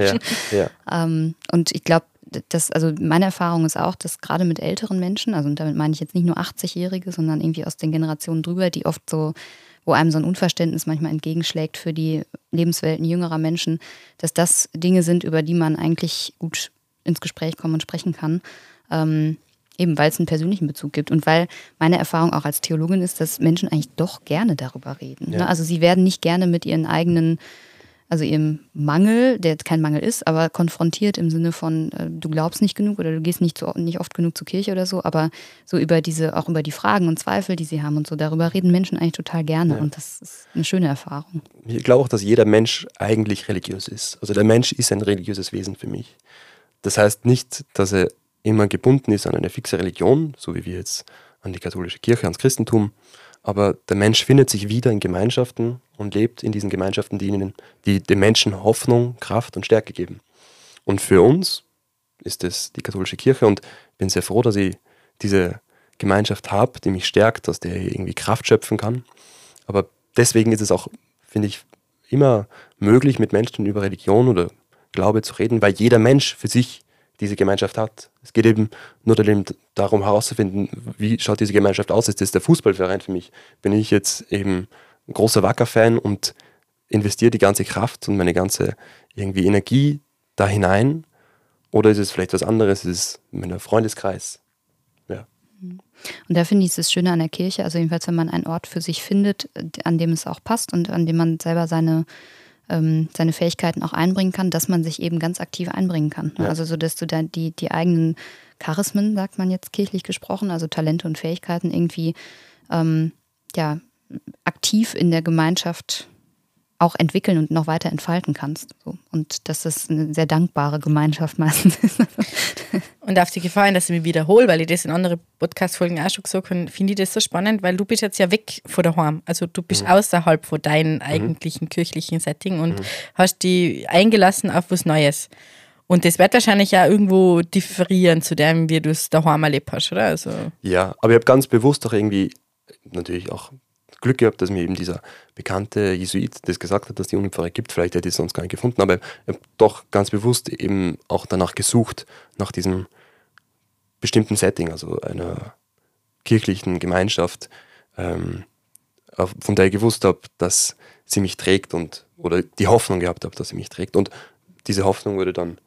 Und ich glaube, also meine Erfahrung ist auch, dass gerade mit älteren Menschen, also und damit meine ich jetzt nicht nur 80-Jährige, sondern irgendwie aus den Generationen drüber, die oft so, wo einem so ein Unverständnis manchmal entgegenschlägt für die Lebenswelten jüngerer Menschen, dass das Dinge sind, über die man eigentlich gut ins Gespräch kommen und sprechen kann. Eben weil es einen persönlichen Bezug gibt und weil meine Erfahrung auch als Theologin ist, dass Menschen eigentlich doch gerne darüber reden. Ja. Ne? Also sie werden nicht gerne mit ihren eigenen, also ihrem Mangel, der kein Mangel ist, aber konfrontiert im Sinne von, du glaubst nicht genug oder du gehst nicht oft genug zur Kirche oder so, aber so über auch über die Fragen und Zweifel, die sie haben und so, darüber reden Menschen eigentlich total gerne und das ist eine schöne Erfahrung. Ich glaube auch, dass jeder Mensch eigentlich religiös ist. Also der Mensch ist ein religiöses Wesen für mich. Das heißt nicht, dass er immer gebunden ist an eine fixe Religion, so wie wir jetzt an die katholische Kirche, ans Christentum. Aber der Mensch findet sich wieder in Gemeinschaften und lebt in diesen Gemeinschaften, die dem Menschen Hoffnung, Kraft und Stärke geben. Und für uns ist es die katholische Kirche und ich bin sehr froh, dass ich diese Gemeinschaft habe, die mich stärkt, aus der ich irgendwie Kraft schöpfen kann. Aber deswegen ist es auch, finde ich, immer möglich, mit Menschen über Religion oder Glaube zu reden, weil jeder Mensch für sich diese Gemeinschaft hat. Es geht eben nur darum herauszufinden, wie schaut diese Gemeinschaft aus. Ist das der Fußballverein für mich? Bin ich jetzt eben ein großer Wacker-Fan und investiere die ganze Kraft und meine ganze irgendwie Energie da hinein? Oder ist es vielleicht was anderes? Ist es mein Freundeskreis? Ja. Und da finde ich es Schöne an der Kirche, also jedenfalls, wenn man einen Ort für sich findet, an dem es auch passt und an dem man selber seine Fähigkeiten auch einbringen kann, dass man sich eben ganz aktiv einbringen kann. Ja. Also so, dass du da die eigenen Charismen, sagt man jetzt kirchlich gesprochen, also Talente und Fähigkeiten irgendwie aktiv in der Gemeinschaft auch entwickeln und noch weiter entfalten kannst. So. Und dass das eine sehr dankbare Gemeinschaft meistens ist. Und auf die Gefahr, dass ich mich wiederhole, weil ich das in anderen Podcast-Folgen auch schon gesagt habe, finde ich das so spannend, weil du bist jetzt ja weg von daheim. Also du bist außerhalb von deinem eigentlichen kirchlichen Setting und hast dich eingelassen auf was Neues. Und das wird wahrscheinlich auch irgendwo differieren zu dem, wie du es daheim erlebt hast, oder? Also ja, aber ich habe ganz bewusst auch irgendwie natürlich auch Glück gehabt, dass mir eben dieser bekannte Jesuit das gesagt hat, dass die Unipfarre gibt. Vielleicht hätte ich es sonst gar nicht gefunden, aber ich habe doch ganz bewusst eben auch danach gesucht, nach diesem bestimmten Setting, also einer kirchlichen Gemeinschaft, von der ich gewusst habe, dass sie mich trägt oder die Hoffnung gehabt habe, dass sie mich trägt. Und diese Hoffnung wurde dann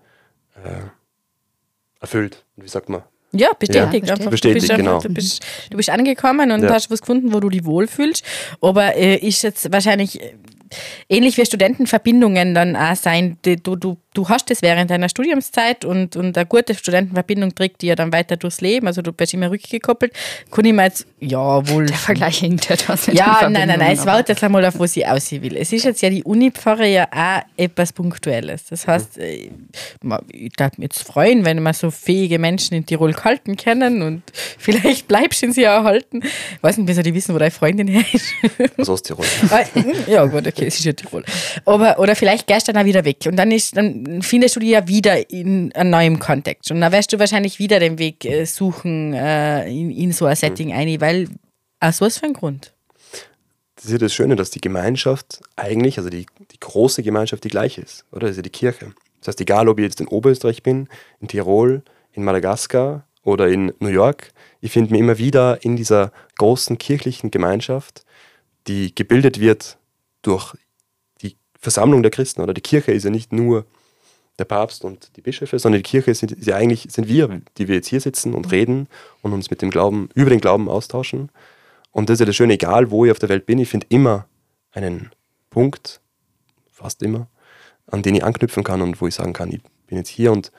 erfüllt. Wie sagt man? Ja, bestätigt. Ja, einfach. Bestätigt, genau. Du bist angekommen und hast was gefunden, wo du dich wohlfühlst. Aber ist jetzt wahrscheinlich ähnlich wie Studentenverbindungen dann auch sein. Du hast das während deiner Studiumszeit und eine gute Studentenverbindung trägt dir ja dann weiter durchs Leben. Also du bist immer rückgekoppelt. Kann ich mir jetzt, ja wohl... Der Vergleich hinter das. Ja, nein, es war jetzt einmal auf, was ich aussehen will. Es ist jetzt ja die Unipfarre ja auch etwas Punktuelles. Das heißt, ich darf mich jetzt freuen, wenn wir so fähige Menschen in Tirol halten können und vielleicht bleibst du in sie auch halten. Ich weiß nicht, wie soll die wissen, wo deine Freundin her ist. Aus Osttirol. Ja gut, okay, es ist ja Tirol. Oder vielleicht gehst du dann auch wieder weg und dann findest du dich ja wieder in einem neuen Kontext und dann wirst du wahrscheinlich wieder den Weg suchen in so ein Setting ein, weil aus was für ein Grund? Das ist ja das Schöne, dass die Gemeinschaft eigentlich, also die große Gemeinschaft die gleiche ist, oder? Das ist ja die Kirche. Das heißt, egal ob ich jetzt in Oberösterreich bin, in Tirol, in Madagaskar oder in New York, ich finde mich immer wieder in dieser großen kirchlichen Gemeinschaft, die gebildet wird durch die Versammlung der Christen. Oder die Kirche ist ja nicht nur der Papst und die Bischöfe, sondern die Kirche sind wir, die wir jetzt hier sitzen und reden und uns mit dem Glauben, über den Glauben austauschen. Und das ist ja das Schöne, egal wo ich auf der Welt bin, ich finde immer einen Punkt, fast immer, an den ich anknüpfen kann und wo ich sagen kann, ich bin jetzt hier und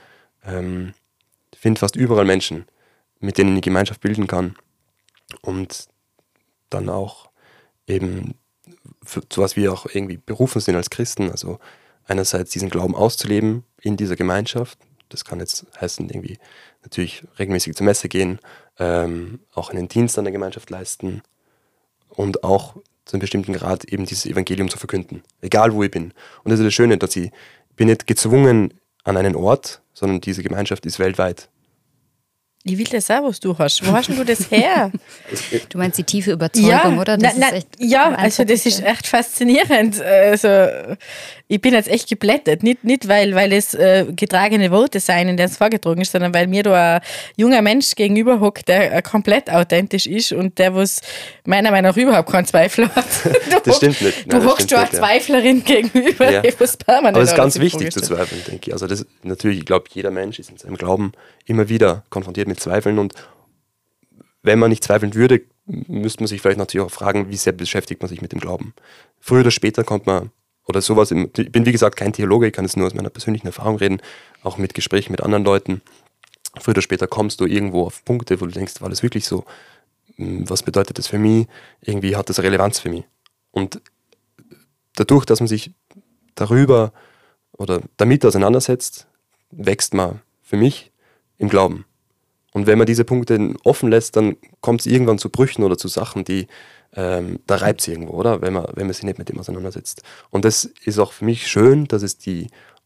finde fast überall Menschen, mit denen ich Gemeinschaft bilden kann und dann auch eben zu was wir auch irgendwie berufen sind als Christen, also einerseits diesen Glauben auszuleben in dieser Gemeinschaft, das kann jetzt heißen, irgendwie natürlich regelmäßig zur Messe gehen, auch einen Dienst an der Gemeinschaft leisten und auch zu einem bestimmten Grad eben dieses Evangelium zu verkünden, egal wo ich bin. Und das ist das Schöne, dass ich bin nicht gezwungen an einen Ort, sondern diese Gemeinschaft ist weltweit. Ich will das auch, was du hast. Wo hast denn du das her? Du meinst die tiefe Überzeugung, oder? Das ist echt also das ist echt faszinierend. Also ich bin jetzt echt geblättert. Nicht weil es getragene Worte seien, in denen es vorgetragen ist, sondern weil mir da ein junger Mensch gegenüber hockt, der komplett authentisch ist und der, was meiner Meinung nach überhaupt keinen Zweifel hat. Das stimmt nicht. Du hockst da eine Zweiflerin gegenüber, ja. Was permanent. Aber es ist ganz wichtig zu zweifeln, denke ich. Also das natürlich, ich glaube, jeder Mensch ist in seinem Glauben immer wieder konfrontiert mit Zweifeln und wenn man nicht zweifeln würde, müsste man sich vielleicht natürlich auch fragen, wie sehr beschäftigt man sich mit dem Glauben. Früher oder später kommt man, oder sowas, ich bin wie gesagt kein Theologe, ich kann es nur aus meiner persönlichen Erfahrung reden, auch mit Gesprächen mit anderen Leuten. Früher oder später kommst du irgendwo auf Punkte, wo du denkst, war das wirklich so? Was bedeutet das für mich? Irgendwie hat das Relevanz für mich. Und dadurch, dass man sich darüber oder damit auseinandersetzt, wächst man für mich im Glauben. Und wenn man diese Punkte offen lässt, dann kommt es irgendwann zu Brüchen oder zu Sachen, die da reibt es irgendwo, oder? Wenn man sich nicht mit dem auseinandersetzt. Und das ist auch für mich schön, dass es die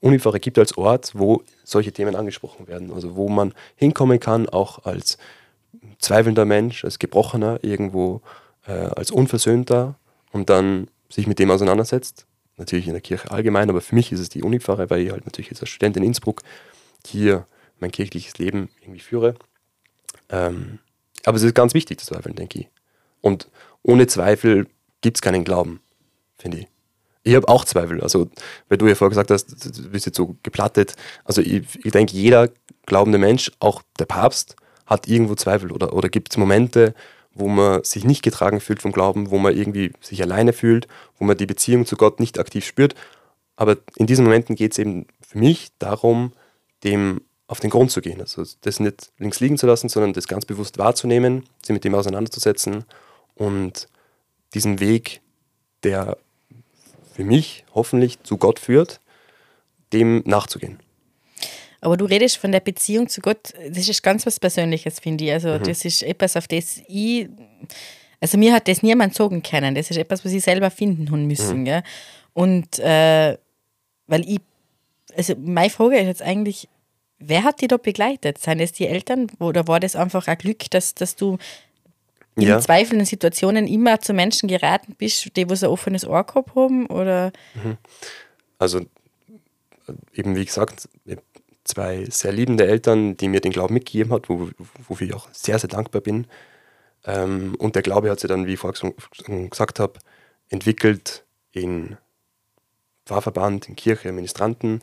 Unipfarre gibt als Ort, wo solche Themen angesprochen werden. Also wo man hinkommen kann, auch als zweifelnder Mensch, als Gebrochener, irgendwo als Unversöhnter und dann sich mit dem auseinandersetzt. Natürlich in der Kirche allgemein, aber für mich ist es die Unipfarre, weil ich halt natürlich als Student in Innsbruck hier mein kirchliches Leben irgendwie führe. Aber es ist ganz wichtig, das Zweifeln, denke ich. Und ohne Zweifel gibt es keinen Glauben, finde ich. Ich habe auch Zweifel, also weil du ja vorher gesagt hast, du bist jetzt so geplattet. Also ich denke, jeder glaubende Mensch, auch der Papst, hat irgendwo Zweifel oder gibt es Momente, wo man sich nicht getragen fühlt vom Glauben, wo man irgendwie sich alleine fühlt, wo man die Beziehung zu Gott nicht aktiv spürt. Aber in diesen Momenten geht es eben für mich darum, dem auf den Grund zu gehen. Also das nicht links liegen zu lassen, sondern das ganz bewusst wahrzunehmen, sich mit dem auseinanderzusetzen und diesen Weg, der für mich hoffentlich zu Gott führt, dem nachzugehen. Aber du redest von der Beziehung zu Gott, das ist ganz was Persönliches, finde ich. Also das ist etwas, auf das also mir hat das niemand sagen können. Das ist etwas, was ich selber finden haben müssen. Ja? Und weil also meine Frage ist jetzt eigentlich, wer hat dich da begleitet? Sind es die Eltern oder war das einfach ein Glück, dass du in zweifelnden Situationen immer zu Menschen geraten bist, die so ein offenes Ohr gehabt haben? Oder? Also eben wie gesagt, zwei sehr liebende Eltern, die mir den Glauben mitgegeben hat, wofür ich auch sehr, sehr dankbar bin. Und der Glaube hat sich dann, wie ich vorher gesagt habe, entwickelt in Pfarrverband, in Kirche, Ministranten.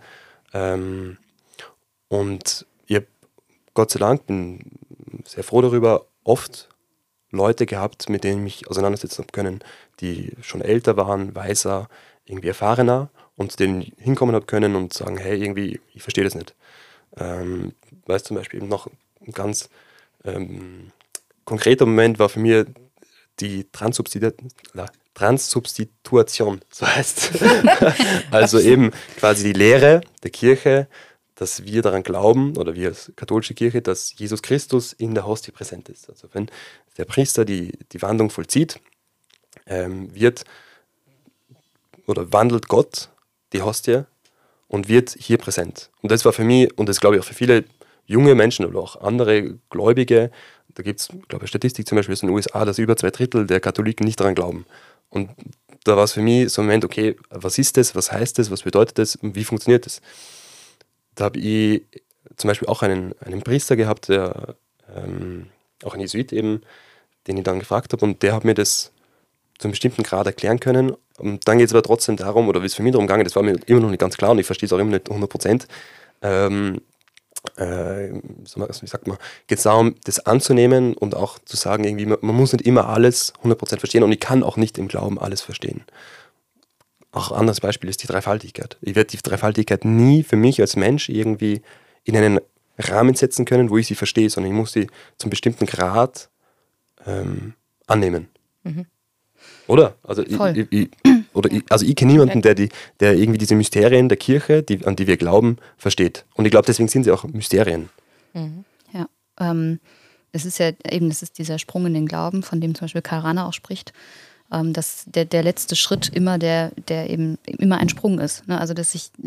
Und ich habe, Gott sei Dank, bin sehr froh darüber, oft Leute gehabt, mit denen ich mich auseinandersetzen habe können, die schon älter waren, weiser, irgendwie erfahrener und denen ich hinkommen habe können und sagen, hey, irgendwie, ich verstehe das nicht. Weiß zum Beispiel noch ein ganz konkreter Moment war für mich die Transsubstitution, so heißt es. Also eben quasi die Lehre der Kirche, dass wir daran glauben, oder wir als katholische Kirche, dass Jesus Christus in der Hostie präsent ist. Also wenn der Priester die Wandlung vollzieht, wandelt Gott die Hostie und wird hier präsent. Und das war für mich, und das glaube ich auch für viele junge Menschen oder auch andere Gläubige, da gibt es, glaube ich, Statistik zum Beispiel aus den USA, dass über 2/3 der Katholiken nicht daran glauben. Und da war es für mich so ein Moment, okay, was ist das, was heißt das, was bedeutet das und wie funktioniert das? Da habe ich zum Beispiel auch einen Priester gehabt, der auch ein Jesuit eben, den ich dann gefragt habe, und der hat mir das zu einem bestimmten Grad erklären können. Und dann geht es aber trotzdem darum, oder wie es für mich darum gegangen, das war mir immer noch nicht ganz klar und ich verstehe es auch immer nicht 100%. Wie sagt man, geht es darum, das anzunehmen und auch zu sagen, irgendwie, man muss nicht immer alles 100% verstehen und ich kann auch nicht im Glauben alles verstehen. Auch ein anderes Beispiel ist die Dreifaltigkeit. Ich werde die Dreifaltigkeit nie für mich als Mensch irgendwie in einen Rahmen setzen können, wo ich sie verstehe, sondern ich muss sie zum bestimmten Grad annehmen. Oder? Also ich kenne niemanden, der irgendwie diese Mysterien der Kirche, an die wir glauben, versteht. Und ich glaube, deswegen sind sie auch Mysterien. Ja, es ist ja eben, das ist dieser Sprung in den Glauben, von dem zum Beispiel Karl Rahner auch spricht, dass der letzte Schritt immer der eben immer ein Sprung ist. Ne? Also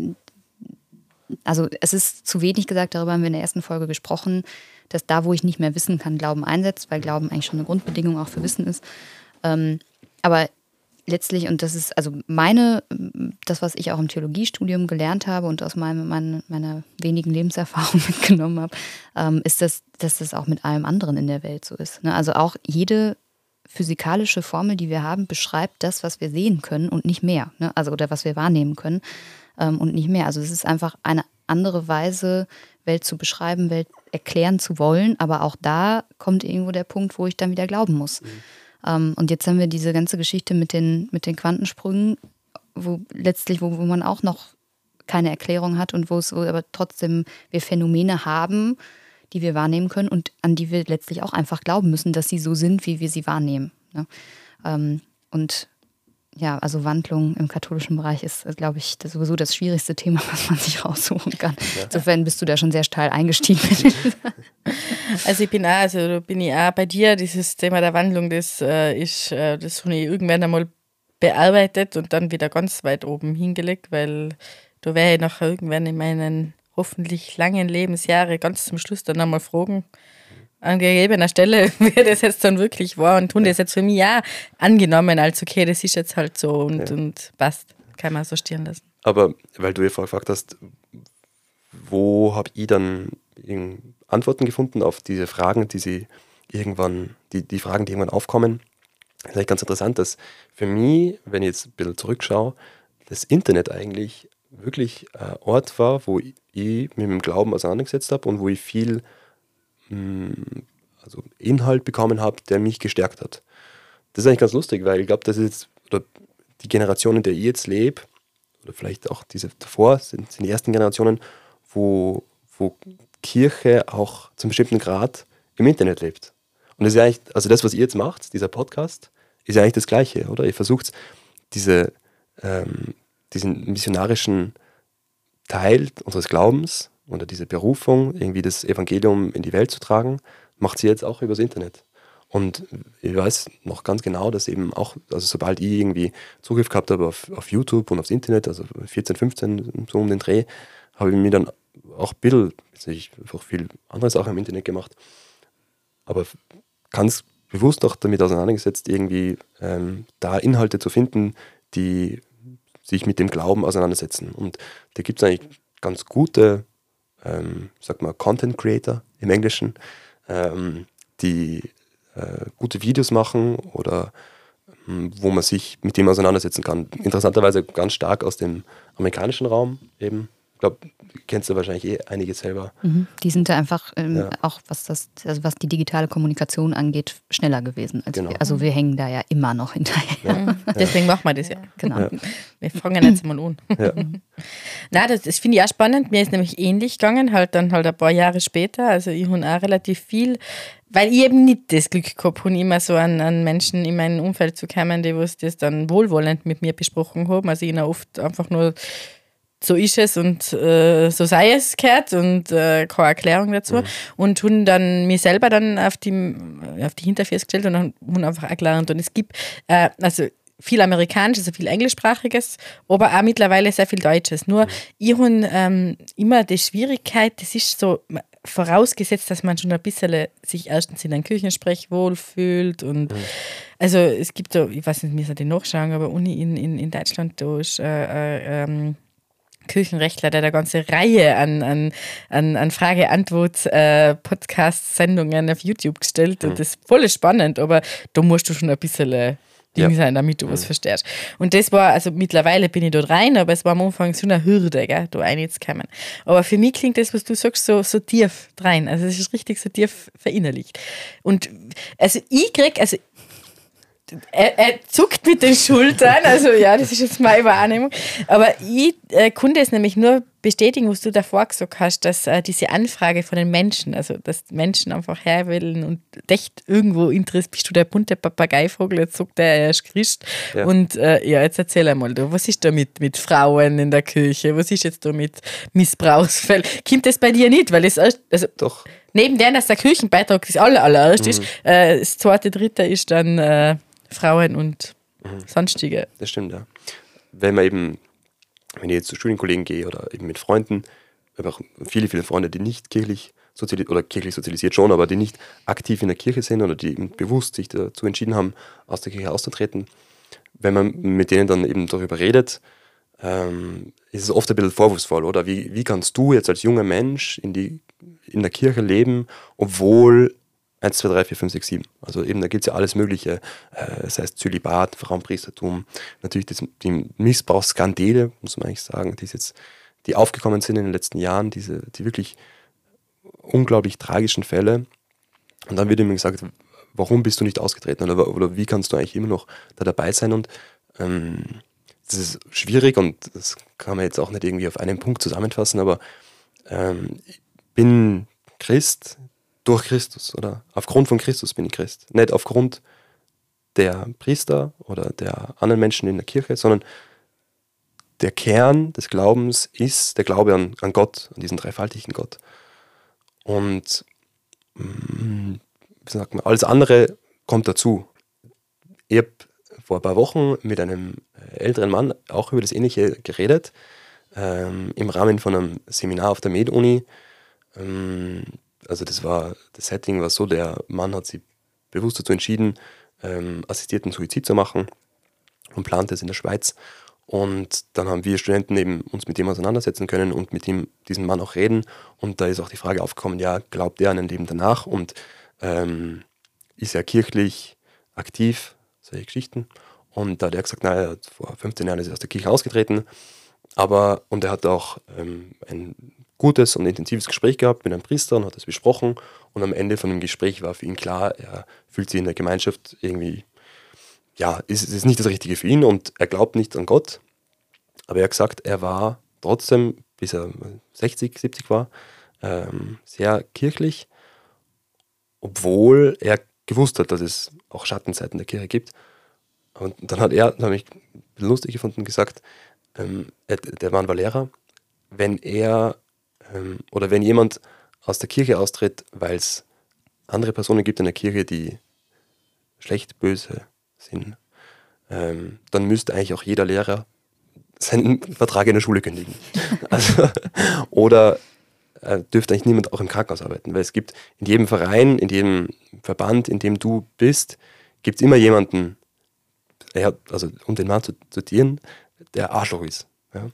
es ist zu wenig gesagt, darüber haben wir in der ersten Folge gesprochen, dass da, wo ich nicht mehr wissen kann, Glauben einsetzt, weil Glauben eigentlich schon eine Grundbedingung auch für Wissen ist. Aber letztlich, und das ist also das, was ich auch im Theologiestudium gelernt habe und aus meiner wenigen Lebenserfahrung mitgenommen habe, ist, dass das auch mit allem anderen in der Welt so ist. Ne? Also auch jede physikalische Formel, die wir haben, beschreibt das, was wir sehen können und nicht mehr. Ne? Also, oder was wir wahrnehmen können und nicht mehr. Also es ist einfach eine andere Weise, Welt zu beschreiben, Welt erklären zu wollen. Aber auch da kommt irgendwo der Punkt, wo ich dann wieder glauben muss. Und jetzt haben wir diese ganze Geschichte mit den Quantensprüngen, wo man auch noch keine Erklärung hat und wo aber trotzdem wir Phänomene haben, die wir wahrnehmen können und an die wir letztlich auch einfach glauben müssen, dass sie so sind, wie wir sie wahrnehmen. Ne? Und ja, also Wandlung im katholischen Bereich ist, glaube ich, sowieso das schwierigste Thema, was man sich raussuchen kann. Ja. Insofern bist du da schon sehr steil eingestiegen. Also bin ich auch bei dir, dieses Thema der Wandlung, das habe ich irgendwann einmal bearbeitet und dann wieder ganz weit oben hingelegt, weil Da werde ich nachher irgendwann in meinen hoffentlich langen Lebensjahre ganz zum Schluss dann einmal fragen, an gegebener Stelle, wer das jetzt dann wirklich war und das jetzt für mich auch angenommen, als okay, das ist jetzt halt so und passt. Kann man so stehen lassen. Aber weil du ja vorher gefragt hast, wo habe ich dann Antworten gefunden auf diese Fragen, die Fragen, die irgendwann aufkommen. Das ist eigentlich ganz interessant, dass für mich, wenn ich jetzt ein bisschen zurückschaue, das Internet eigentlich wirklich ein Ort war, wo ich mit dem Glauben auseinandergesetzt habe und wo ich viel Inhalt bekommen habe, der mich gestärkt hat. Das ist eigentlich ganz lustig, weil ich glaube, das ist jetzt, oder die Generation, in der ich jetzt lebe, oder vielleicht auch diese davor, sind die ersten Generationen, wo Kirche auch zum bestimmten Grad im Internet lebt. Und das ist ja eigentlich, also das, was ihr jetzt macht, dieser Podcast, ist ja eigentlich das Gleiche, oder? Ihr versucht diesen missionarischen Teil unseres Glaubens oder diese Berufung, irgendwie das Evangelium in die Welt zu tragen, macht sie jetzt auch übers Internet. Und ich weiß noch ganz genau, dass eben auch, also sobald ich irgendwie Zugriff gehabt habe auf YouTube und aufs Internet, also 14, 15, so um den Dreh, habe ich mir dann auch ein bisschen, ich habe auch viel andere Sachen im Internet gemacht, aber ganz bewusst auch damit auseinandergesetzt, irgendwie da Inhalte zu finden, die sich mit dem Glauben auseinandersetzen. Und da gibt es eigentlich ganz gute, Content Creator im Englischen, die gute Videos machen oder wo man sich mit dem auseinandersetzen kann. Interessanterweise ganz stark aus dem amerikanischen Raum eben. Ich glaube, kennst du wahrscheinlich einige selber. Die sind da einfach auch, was die digitale Kommunikation angeht, schneller gewesen als wir. Also wir hängen da ja immer noch hinterher. Ja. Deswegen machen wir das ja. Genau. Ja. Wir fangen jetzt mal an. Ja. Na, das finde ich auch spannend. Mir ist nämlich ähnlich gegangen, halt ein paar Jahre später. Also ich habe auch relativ viel, weil ich eben nicht das Glück gehabt habe, immer so an Menschen in meinem Umfeld zu kommen, die das dann wohlwollend mit mir besprochen haben. Also ich habe oft einfach nur so ist es und so sei es gehört und keine Erklärung dazu. Und haben dann mir selber dann auf die Hinterfüße gestellt und dann haben einfach erklärt. Und es gibt also viel Amerikanisches, also viel Englischsprachiges, aber auch mittlerweile sehr viel Deutsches. Nur ich habe immer die Schwierigkeit, das ist so vorausgesetzt, dass man schon ein bisschen sich erstens in einem Kirchensprech wohlfühlt und also es gibt so, ich weiß nicht, wir sollten nachschauen, aber Uni in Deutschland, da ist Kirchenrechtler, der eine ganze Reihe an Frage-Antwort-Podcast-Sendungen auf YouTube gestellt und das ist voll spannend, aber da musst du schon ein bisschen Ding sein, damit du was verstehst. Und das war, also mittlerweile bin ich dort rein, aber es war am Anfang so eine Hürde, gell, da reinzukommen. Aber für mich klingt das, was du sagst, so tief rein. Also es ist richtig so tief verinnerlicht. Und also ich krieg, also er zuckt mit den Schultern, also ja, das ist jetzt meine Wahrnehmung. Aber ich konnte es nämlich nur bestätigen, was du davor gesagt hast, dass diese Anfrage von den Menschen, also dass Menschen einfach herwählen und echt irgendwo interessiert, bist du der bunte Papageivogel, jetzt sagt er ist Christ. Ja. Und jetzt erzähl einmal, was ist da mit Frauen in der Kirche, was ist jetzt da mit Missbrauchsfällen? Kommt das bei dir nicht? Weil es also doch. Neben dem, dass der Kirchenbeitrag das allererste ist, das zweite, dritte ist dann Frauen und sonstige. Das stimmt, ja. Wenn ich jetzt zu Studienkollegen gehe oder eben mit Freunden, habe auch viele, viele Freunde, die nicht kirchlich sozialisiert schon, aber die nicht aktiv in der Kirche sind oder die eben bewusst sich dazu entschieden haben, aus der Kirche auszutreten. Wenn man mit denen dann eben darüber redet, ist es oft ein bisschen vorwurfsvoll, oder? Wie kannst du jetzt als junger Mensch in der Kirche leben, obwohl 1, 2, 3, 4, 5, 6, 7. Also eben, da gibt es ja alles Mögliche. Das heißt Zölibat, Frauenpriestertum, natürlich die Missbrauchsskandale, muss man eigentlich sagen, die aufgekommen sind in den letzten Jahren, die wirklich unglaublich tragischen Fälle. Und dann wird immer gesagt, warum bist du nicht ausgetreten? Oder wie kannst du eigentlich immer noch da dabei sein? Und das ist schwierig und das kann man jetzt auch nicht irgendwie auf einen Punkt zusammenfassen, aber ich bin Christ durch Christus, oder aufgrund von Christus bin ich Christ. Nicht aufgrund der Priester oder der anderen Menschen in der Kirche, sondern der Kern des Glaubens ist der Glaube an Gott, an diesen dreifaltigen Gott. Und wie sagt man, alles andere kommt dazu. Ich habe vor ein paar Wochen mit einem älteren Mann auch über das Ähnliche geredet. im Rahmen von einem Seminar auf der Med-Uni. Also das Setting war so, der Mann hat sich bewusst dazu entschieden, assistierten Suizid zu machen und plant es in der Schweiz. Und dann haben wir Studenten eben uns mit dem auseinandersetzen können und mit diesem Mann auch reden. Und da ist auch die Frage aufgekommen, ja, glaubt er an ein Leben danach und ist er kirchlich aktiv, solche Geschichten. Und da hat er gesagt, naja, vor 15 Jahren ist er aus der Kirche ausgetreten. Und er hat auch ein gutes und intensives Gespräch gehabt mit einem Priester und hat das besprochen. Und am Ende von dem Gespräch war für ihn klar, er fühlt sich in der Gemeinschaft irgendwie, ja, es ist nicht das Richtige für ihn und er glaubt nicht an Gott. Aber er hat gesagt, er war trotzdem, bis er 60, 70 war, sehr kirchlich, obwohl er gewusst hat, dass es auch Schattenseiten der Kirche gibt. Und dann habe ich lustig gefunden, gesagt, der Mann war Lehrer, wenn jemand aus der Kirche austritt, weil es andere Personen gibt in der Kirche, die schlecht, böse sind, dann müsste eigentlich auch jeder Lehrer seinen Vertrag in der Schule kündigen. Oder dürfte eigentlich niemand auch im Krankenhaus arbeiten, weil es gibt in jedem Verein, in jedem Verband, in dem du bist, gibt es immer jemanden, um den Mann zu zitieren, der Arschloch ist. Ja?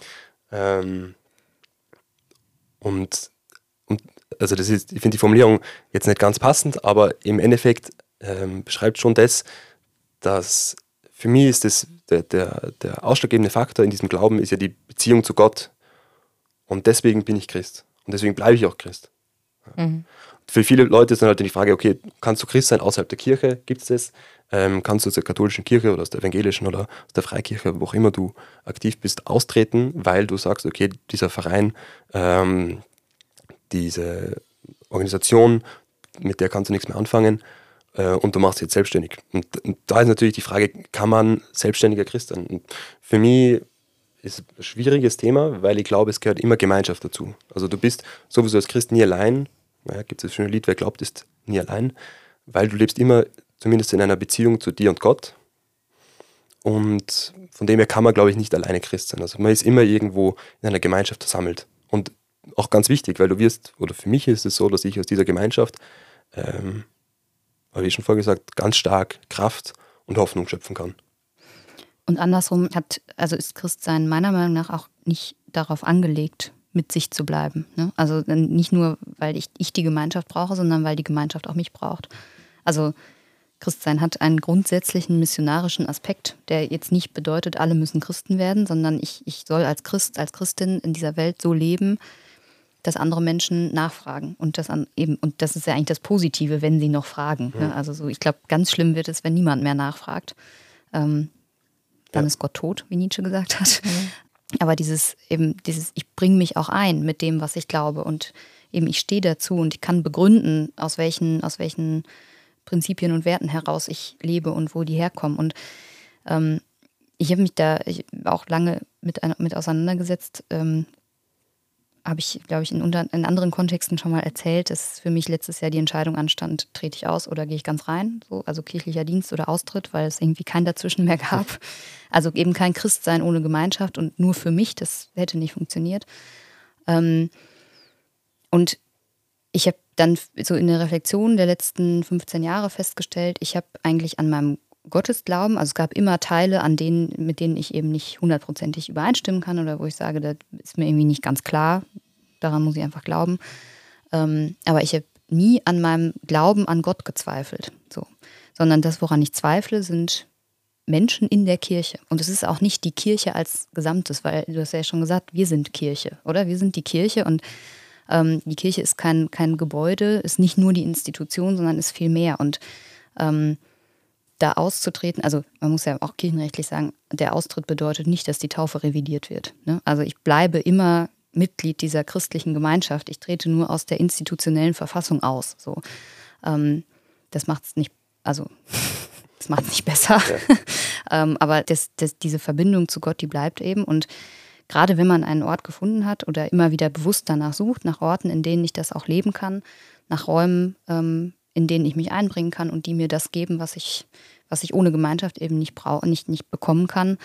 Also ich finde die Formulierung jetzt nicht ganz passend, aber im Endeffekt beschreibt schon das, dass für mich ist das der ausschlaggebende Faktor in diesem Glauben ist ja die Beziehung zu Gott. Und deswegen bin ich Christ. Und deswegen bleibe ich auch Christ. Mhm. Für viele Leute ist dann halt die Frage, okay, kannst du Christ sein außerhalb der Kirche? Gibt es das? Kannst du aus der katholischen Kirche oder aus der evangelischen oder aus der Freikirche, wo auch immer du aktiv bist, austreten, weil du sagst, okay, dieser Verein, diese Organisation, mit der kannst du nichts mehr anfangen und du machst dich jetzt selbstständig. Und da ist natürlich die Frage, kann man selbstständiger Christ sein? Und für mich ist es ein schwieriges Thema, weil ich glaube, es gehört immer Gemeinschaft dazu. Also du bist sowieso als Christ nie allein. Ja, gibt es das schöne Lied, wer glaubt, ist nie allein, weil du lebst immer zumindest in einer Beziehung zu dir und Gott. Und von dem her kann man, glaube ich, nicht alleine Christ sein. Also man ist immer irgendwo in einer Gemeinschaft versammelt. Und auch ganz wichtig, weil oder für mich ist es so, dass ich aus dieser Gemeinschaft, wie schon vorher gesagt, ganz stark Kraft und Hoffnung schöpfen kann. Und andersrum ist Christsein meiner Meinung nach auch nicht darauf angelegt, mit sich zu bleiben. Ne? Also nicht nur, weil ich die Gemeinschaft brauche, sondern weil die Gemeinschaft auch mich braucht. Also Christsein hat einen grundsätzlichen missionarischen Aspekt, der jetzt nicht bedeutet, alle müssen Christen werden, sondern ich soll als Christ, als Christin in dieser Welt so leben, dass andere Menschen nachfragen. Und das ist ja eigentlich das Positive, wenn sie noch fragen. Ne? Also ich glaube, ganz schlimm wird es, wenn niemand mehr nachfragt. Dann ist Gott tot, wie Nietzsche gesagt hat. Mhm. Aber dieses, ich bringe mich auch ein mit dem, was ich glaube. Und eben ich stehe dazu und ich kann begründen, aus welchen Prinzipien und Werten heraus ich lebe und wo die herkommen. Und ich habe mich da auch lange mit auseinandergesetzt. Habe ich, glaube ich, in anderen Kontexten schon mal erzählt, dass für mich letztes Jahr die Entscheidung anstand, trete ich aus oder gehe ich ganz rein, so, also kirchlicher Dienst oder Austritt, weil es irgendwie kein Dazwischen mehr gab. Also eben kein Christsein ohne Gemeinschaft und nur für mich, das hätte nicht funktioniert. Und ich habe dann so in der Reflexion der letzten 15 Jahre festgestellt, ich habe eigentlich an meinem Gottesglauben, also es gab immer Teile, mit denen ich eben nicht 100%ig übereinstimmen kann oder wo ich sage, das ist mir irgendwie nicht ganz klar, daran muss ich einfach glauben. Aber ich habe nie an meinem Glauben an Gott gezweifelt, so. Sondern das, woran ich zweifle, sind Menschen in der Kirche. Und es ist auch nicht die Kirche als Gesamtes, weil du hast ja schon gesagt, wir sind Kirche, oder? Wir sind die Kirche und die Kirche ist kein Gebäude, ist nicht nur die Institution, sondern ist viel mehr. Und da auszutreten, also man muss ja auch kirchenrechtlich sagen, der Austritt bedeutet nicht, dass die Taufe revidiert wird. Ne? Also ich bleibe immer Mitglied dieser christlichen Gemeinschaft. Ich trete nur aus der institutionellen Verfassung aus. So. Das macht es nicht, das macht es nicht besser. Ja. Aber diese Verbindung zu Gott, die bleibt eben. Und gerade wenn man einen Ort gefunden hat oder immer wieder bewusst danach sucht, nach Orten, in denen ich das auch leben kann, nach Räumen, in denen ich mich einbringen kann und die mir das geben, was ich ohne Gemeinschaft eben nicht bekommen kann,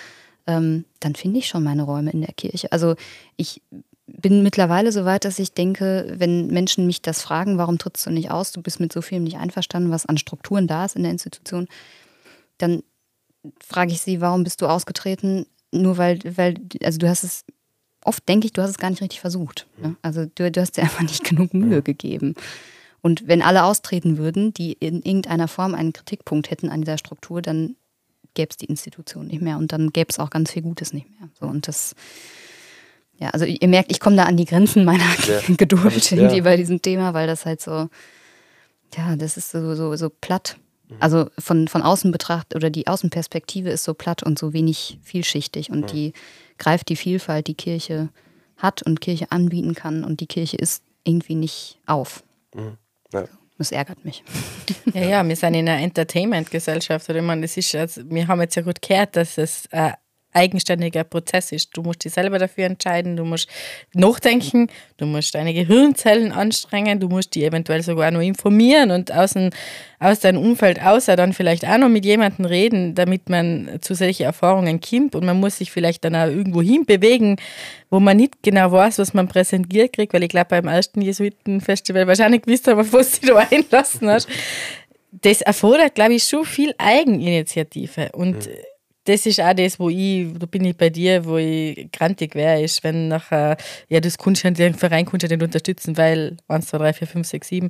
dann finde ich schon meine Räume in der Kirche. Also ich bin mittlerweile so weit, dass ich denke, wenn Menschen mich das fragen, warum trittst du nicht aus, du bist mit so vielem nicht einverstanden, was an Strukturen da ist in der Institution, dann frage ich sie, warum bist du ausgetreten? Nur weil also du hast es, oft denke ich, du hast es gar nicht richtig versucht. Ne? Also du hast dir einfach nicht genug Mühe gegeben. Und wenn alle austreten würden, die in irgendeiner Form einen Kritikpunkt hätten an dieser Struktur, dann gäbe es die Institution nicht mehr und dann gäbe es auch ganz viel Gutes nicht mehr. So, und das, ja, also ihr merkt, ich komme da an die Grenzen meiner Geduld irgendwie bei diesem Thema, weil das halt so, ja, das ist so platt. Also von außen betrachtet, oder die Außenperspektive ist so platt und so wenig vielschichtig und die greift die Vielfalt, die Kirche hat und Kirche anbieten kann und die Kirche ist irgendwie nicht auf. Ja. Das ärgert mich. Ja, wir sind in einer Entertainment-Gesellschaft. Oder? Ich meine, wir haben jetzt ja gut gehört, dass es ein eigenständiger Prozess ist. Du musst dich selber dafür entscheiden, du musst nachdenken, du musst deine Gehirnzellen anstrengen, du musst die eventuell sogar noch informieren und aus deinem Umfeld außer dann vielleicht auch noch mit jemandem reden, damit man zu solchen Erfahrungen kommt und man muss sich vielleicht dann auch irgendwo hinbewegen, wo man nicht genau weiß, was man präsentiert kriegt, weil ich glaube, beim ersten Jesuitenfestival wahrscheinlich wisst ihr, auf was du da einlassen hast. Das erfordert, glaube ich, schon viel Eigeninitiative und das ist auch das, da bin ich bei dir, wo ich grantig wäre, ist, wenn nachher, ja, das kannst du den Verein kannst du den unterstützen, weil 1, 2, 3, 4, 5, 6, 7,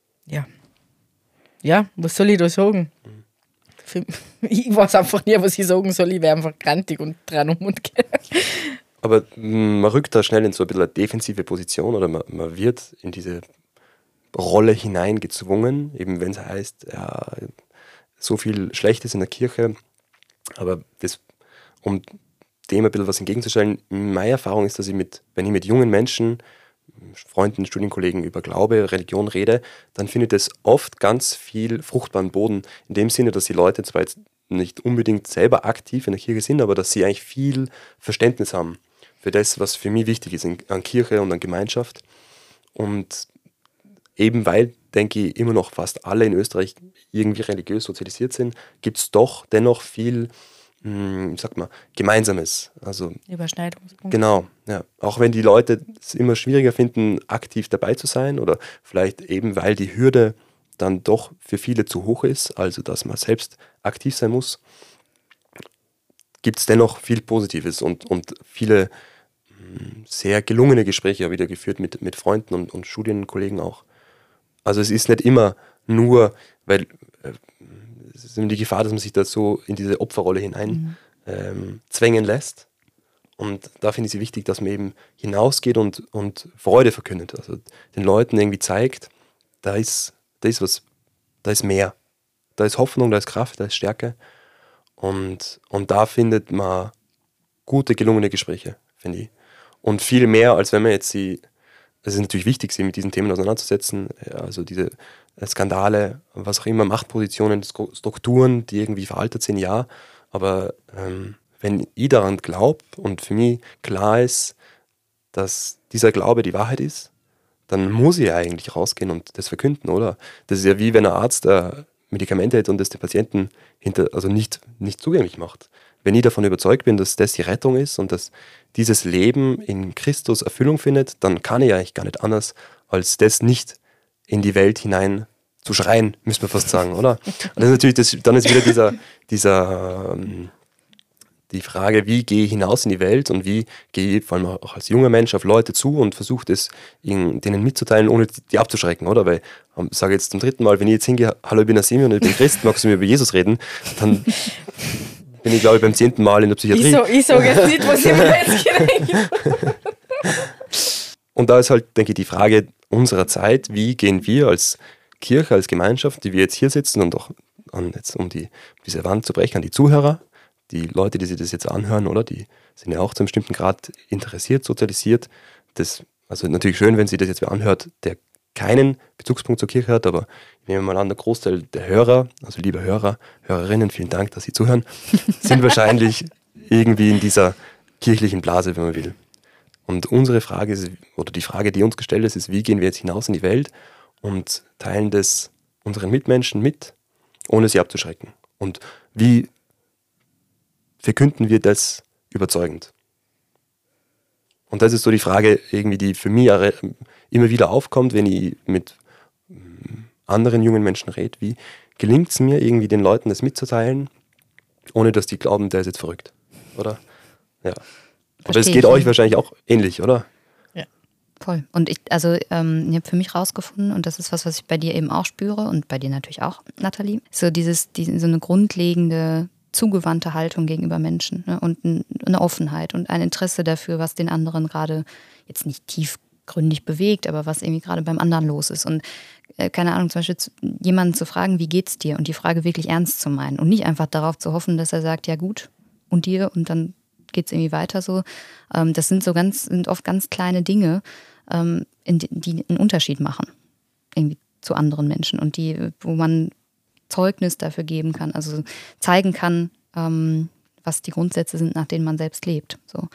ja, was soll ich da sagen? Ich weiß einfach nicht, was ich sagen soll, ich wäre einfach grantig und dran und Aber man rückt da schnell in so ein bisschen eine defensive Position oder man wird in diese Rolle hineingezwungen, eben wenn es heißt, ja, so viel Schlechtes in der Kirche. Aber um dem ein bisschen was entgegenzustellen, meine Erfahrung ist, dass wenn ich mit jungen Menschen, Freunden, Studienkollegen über Glaube, Religion rede, dann findet es oft ganz viel fruchtbaren Boden. In dem Sinne, dass die Leute zwar jetzt nicht unbedingt selber aktiv in der Kirche sind, aber dass sie eigentlich viel Verständnis haben für das, was für mich wichtig ist an Kirche und an Gemeinschaft. Und eben weil, denke ich, immer noch fast alle in Österreich irgendwie religiös sozialisiert sind, gibt es doch dennoch viel, Gemeinsames. Also, Überschneidungspunkte. Genau, ja. Auch wenn die Leute es immer schwieriger finden, aktiv dabei zu sein oder vielleicht eben, weil die Hürde dann doch für viele zu hoch ist, also dass man selbst aktiv sein muss, gibt es dennoch viel Positives und viele sehr gelungene Gespräche wieder geführt mit Freunden und Studienkollegen auch. Also es ist nicht immer nur, weil es ist die Gefahr, dass man sich da so in diese Opferrolle hinein zwängen lässt. Und da finde ich es wichtig, dass man eben hinausgeht und Freude verkündet. Also den Leuten irgendwie zeigt, da ist mehr. Da ist Hoffnung, da ist Kraft, da ist Stärke. Und da findet man gute, gelungene Gespräche, finde ich. Und viel mehr, als wenn man jetzt es ist natürlich wichtig, sich mit diesen Themen auseinanderzusetzen, also diese Skandale, was auch immer, Machtpositionen, Strukturen, die irgendwie veraltet sind, ja, aber wenn ich daran glaube und für mich klar ist, dass dieser Glaube die Wahrheit ist, dann muss ich ja eigentlich rausgehen und das verkünden, oder? Das ist ja wie wenn ein Arzt Medikamente hat und das den Patienten nicht zugänglich macht. Wenn ich davon überzeugt bin, dass das die Rettung ist und dass dieses Leben in Christus Erfüllung findet, dann kann ich eigentlich gar nicht anders, als das nicht in die Welt hinein zu schreien, müsste man fast sagen, oder? Und das ist natürlich dann ist wieder die Frage, wie gehe ich hinaus in die Welt und wie gehe ich vor allem auch als junger Mensch auf Leute zu und versuche das denen mitzuteilen, ohne die abzuschrecken, oder? Weil, ich sage jetzt zum 3. Mal, wenn ich jetzt hingehe, hallo, ich bin der Simeon und ich bin Christ, magst du mir über Jesus reden, dann bin ich, glaube ich, beim 10. Mal in der Psychiatrie. Ich sage jetzt nicht, was ich mir jetzt gedacht. Und da ist halt, denke ich, die Frage unserer Zeit, wie gehen wir als Kirche, als Gemeinschaft, die wir jetzt hier sitzen und auch jetzt um diese Wand zu brechen, an die Zuhörer, die Leute, die sich das jetzt anhören, oder? Die sind ja auch zu einem bestimmten Grad interessiert, sozialisiert. Also natürlich schön, wenn sie das jetzt wer anhört, der keinen Bezugspunkt zur Kirche hat, aber ich nehme mal an, der Großteil der Hörer, also liebe Hörer, Hörerinnen, vielen Dank, dass Sie zuhören, sind wahrscheinlich irgendwie in dieser kirchlichen Blase, wenn man will. Und unsere Frage ist, oder die Frage, die uns gestellt ist, wie gehen wir jetzt hinaus in die Welt und teilen das unseren Mitmenschen mit, ohne sie abzuschrecken? Und wie verkünden wir das, überzeugend. Und das ist so die Frage, irgendwie, die für mich immer wieder aufkommt, wenn ich mit anderen jungen Menschen rede. Wie gelingt es mir, irgendwie den Leuten das mitzuteilen, ohne dass die glauben, der ist jetzt verrückt, oder? Ja. Aber es geht euch wahrscheinlich auch ähnlich, oder? Ja. Voll. Und ich habe für mich rausgefunden, und das ist was ich bei dir eben auch spüre und bei dir natürlich auch, Nathalie, so so eine grundlegende zugewandte Haltung gegenüber Menschen, ne? Und eine Offenheit und ein Interesse dafür, was den anderen gerade jetzt nicht tiefgründig bewegt, aber was irgendwie gerade beim anderen los ist. Und keine Ahnung, zum Beispiel jemanden zu fragen, wie geht's dir? Und die Frage wirklich ernst zu meinen und nicht einfach darauf zu hoffen, dass er sagt, ja gut, und dir? Und dann geht's irgendwie weiter so. Das sind oft ganz kleine Dinge, die einen Unterschied machen irgendwie zu anderen Menschen und wo man Zeugnis dafür geben kann, also zeigen kann, was die Grundsätze sind, nach denen man selbst lebt. So.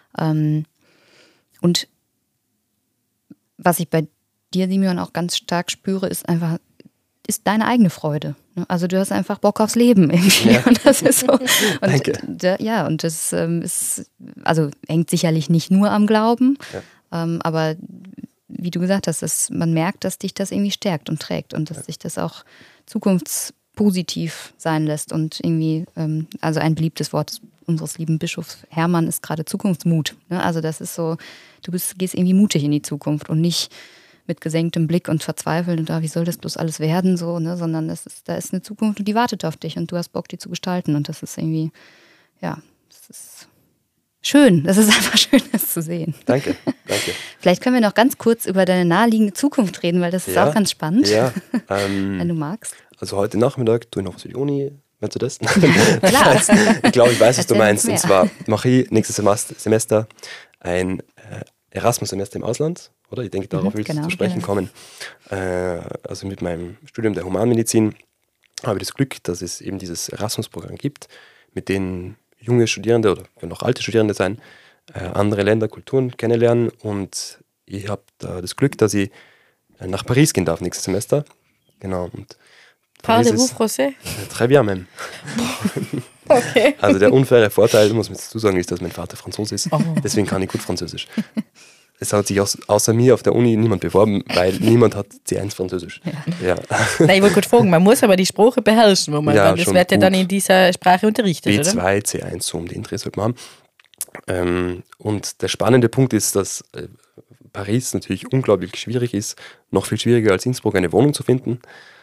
Und was ich bei dir, Simeon, auch ganz stark spüre, ist deine eigene Freude. Also du hast einfach Bock aufs Leben irgendwie. Ja. Und das ist so. Und danke. Und das hängt sicherlich nicht nur am Glauben, aber wie du gesagt hast, man merkt, dass dich das irgendwie stärkt und trägt und dass sich das auch zukunftspositiv sein lässt und irgendwie, also ein beliebtes Wort unseres lieben Bischofs Hermann ist gerade Zukunftsmut. Ne? Also das ist so, gehst irgendwie mutig in die Zukunft und nicht mit gesenktem Blick und verzweifelt und wie soll das bloß alles werden, so, ne? Sondern da ist eine Zukunft und die wartet auf dich und du hast Bock, die zu gestalten und das ist irgendwie, das ist schön. Das ist einfach schön, das zu sehen. Danke. Vielleicht können wir noch ganz kurz über deine naheliegende Zukunft reden, weil das ist auch ganz spannend, wenn du magst. Also heute Nachmittag tue ich noch was für die Uni. Meinst du das? Klar. Ich glaube, ich weiß, was du meinst. Und zwar mache ich nächstes Semester ein Erasmus-Semester im Ausland. Oder? Ich denke, darauf willst du zu sprechen kommen. Also mit meinem Studium der Humanmedizin habe ich das Glück, dass es eben dieses Erasmus-Programm gibt, mit dem junge Studierende oder können auch alte Studierende sein, andere Länder, Kulturen kennenlernen. Und ich habe da das Glück, dass ich nach Paris gehen darf nächstes Semester. Genau. Und Parlez-vous français? Très bien, même. Okay. Also der unfaire Vorteil, muss man dazu sagen, ist, dass mein Vater Franzose ist. Deswegen kann ich gut Französisch. Es hat sich außer mir auf der Uni niemand beworben, weil niemand hat C1 Französisch. Ja. Nein, ich wollte gut fragen, man muss aber die Sprache beherrschen, das wird ja dann in dieser Sprache unterrichtet, B2, oder? C1, so um den Dreh sollte man haben. Und der spannende Punkt ist, dass Paris natürlich unglaublich schwierig ist, noch viel schwieriger als Innsbruck eine Wohnung zu finden.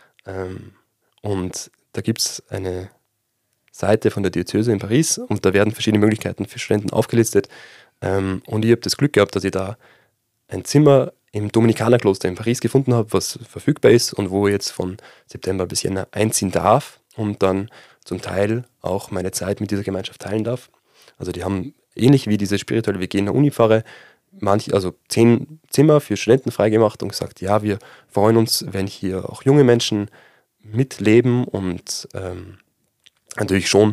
Und da gibt es eine Seite von der Diözese in Paris und da werden verschiedene Möglichkeiten für Studenten aufgelistet. Und ich habe das Glück gehabt, dass ich da ein Zimmer im Dominikanerkloster in Paris gefunden habe, was verfügbar ist und wo ich jetzt von September bis Jänner einziehen darf und dann zum Teil auch meine Zeit mit dieser Gemeinschaft teilen darf. Also die haben ähnlich wie diese spirituelle WG in der Uni fahre, 10 Zimmer für Studenten freigemacht und gesagt, ja, wir freuen uns, wenn hier auch junge Menschen mitleben und natürlich schon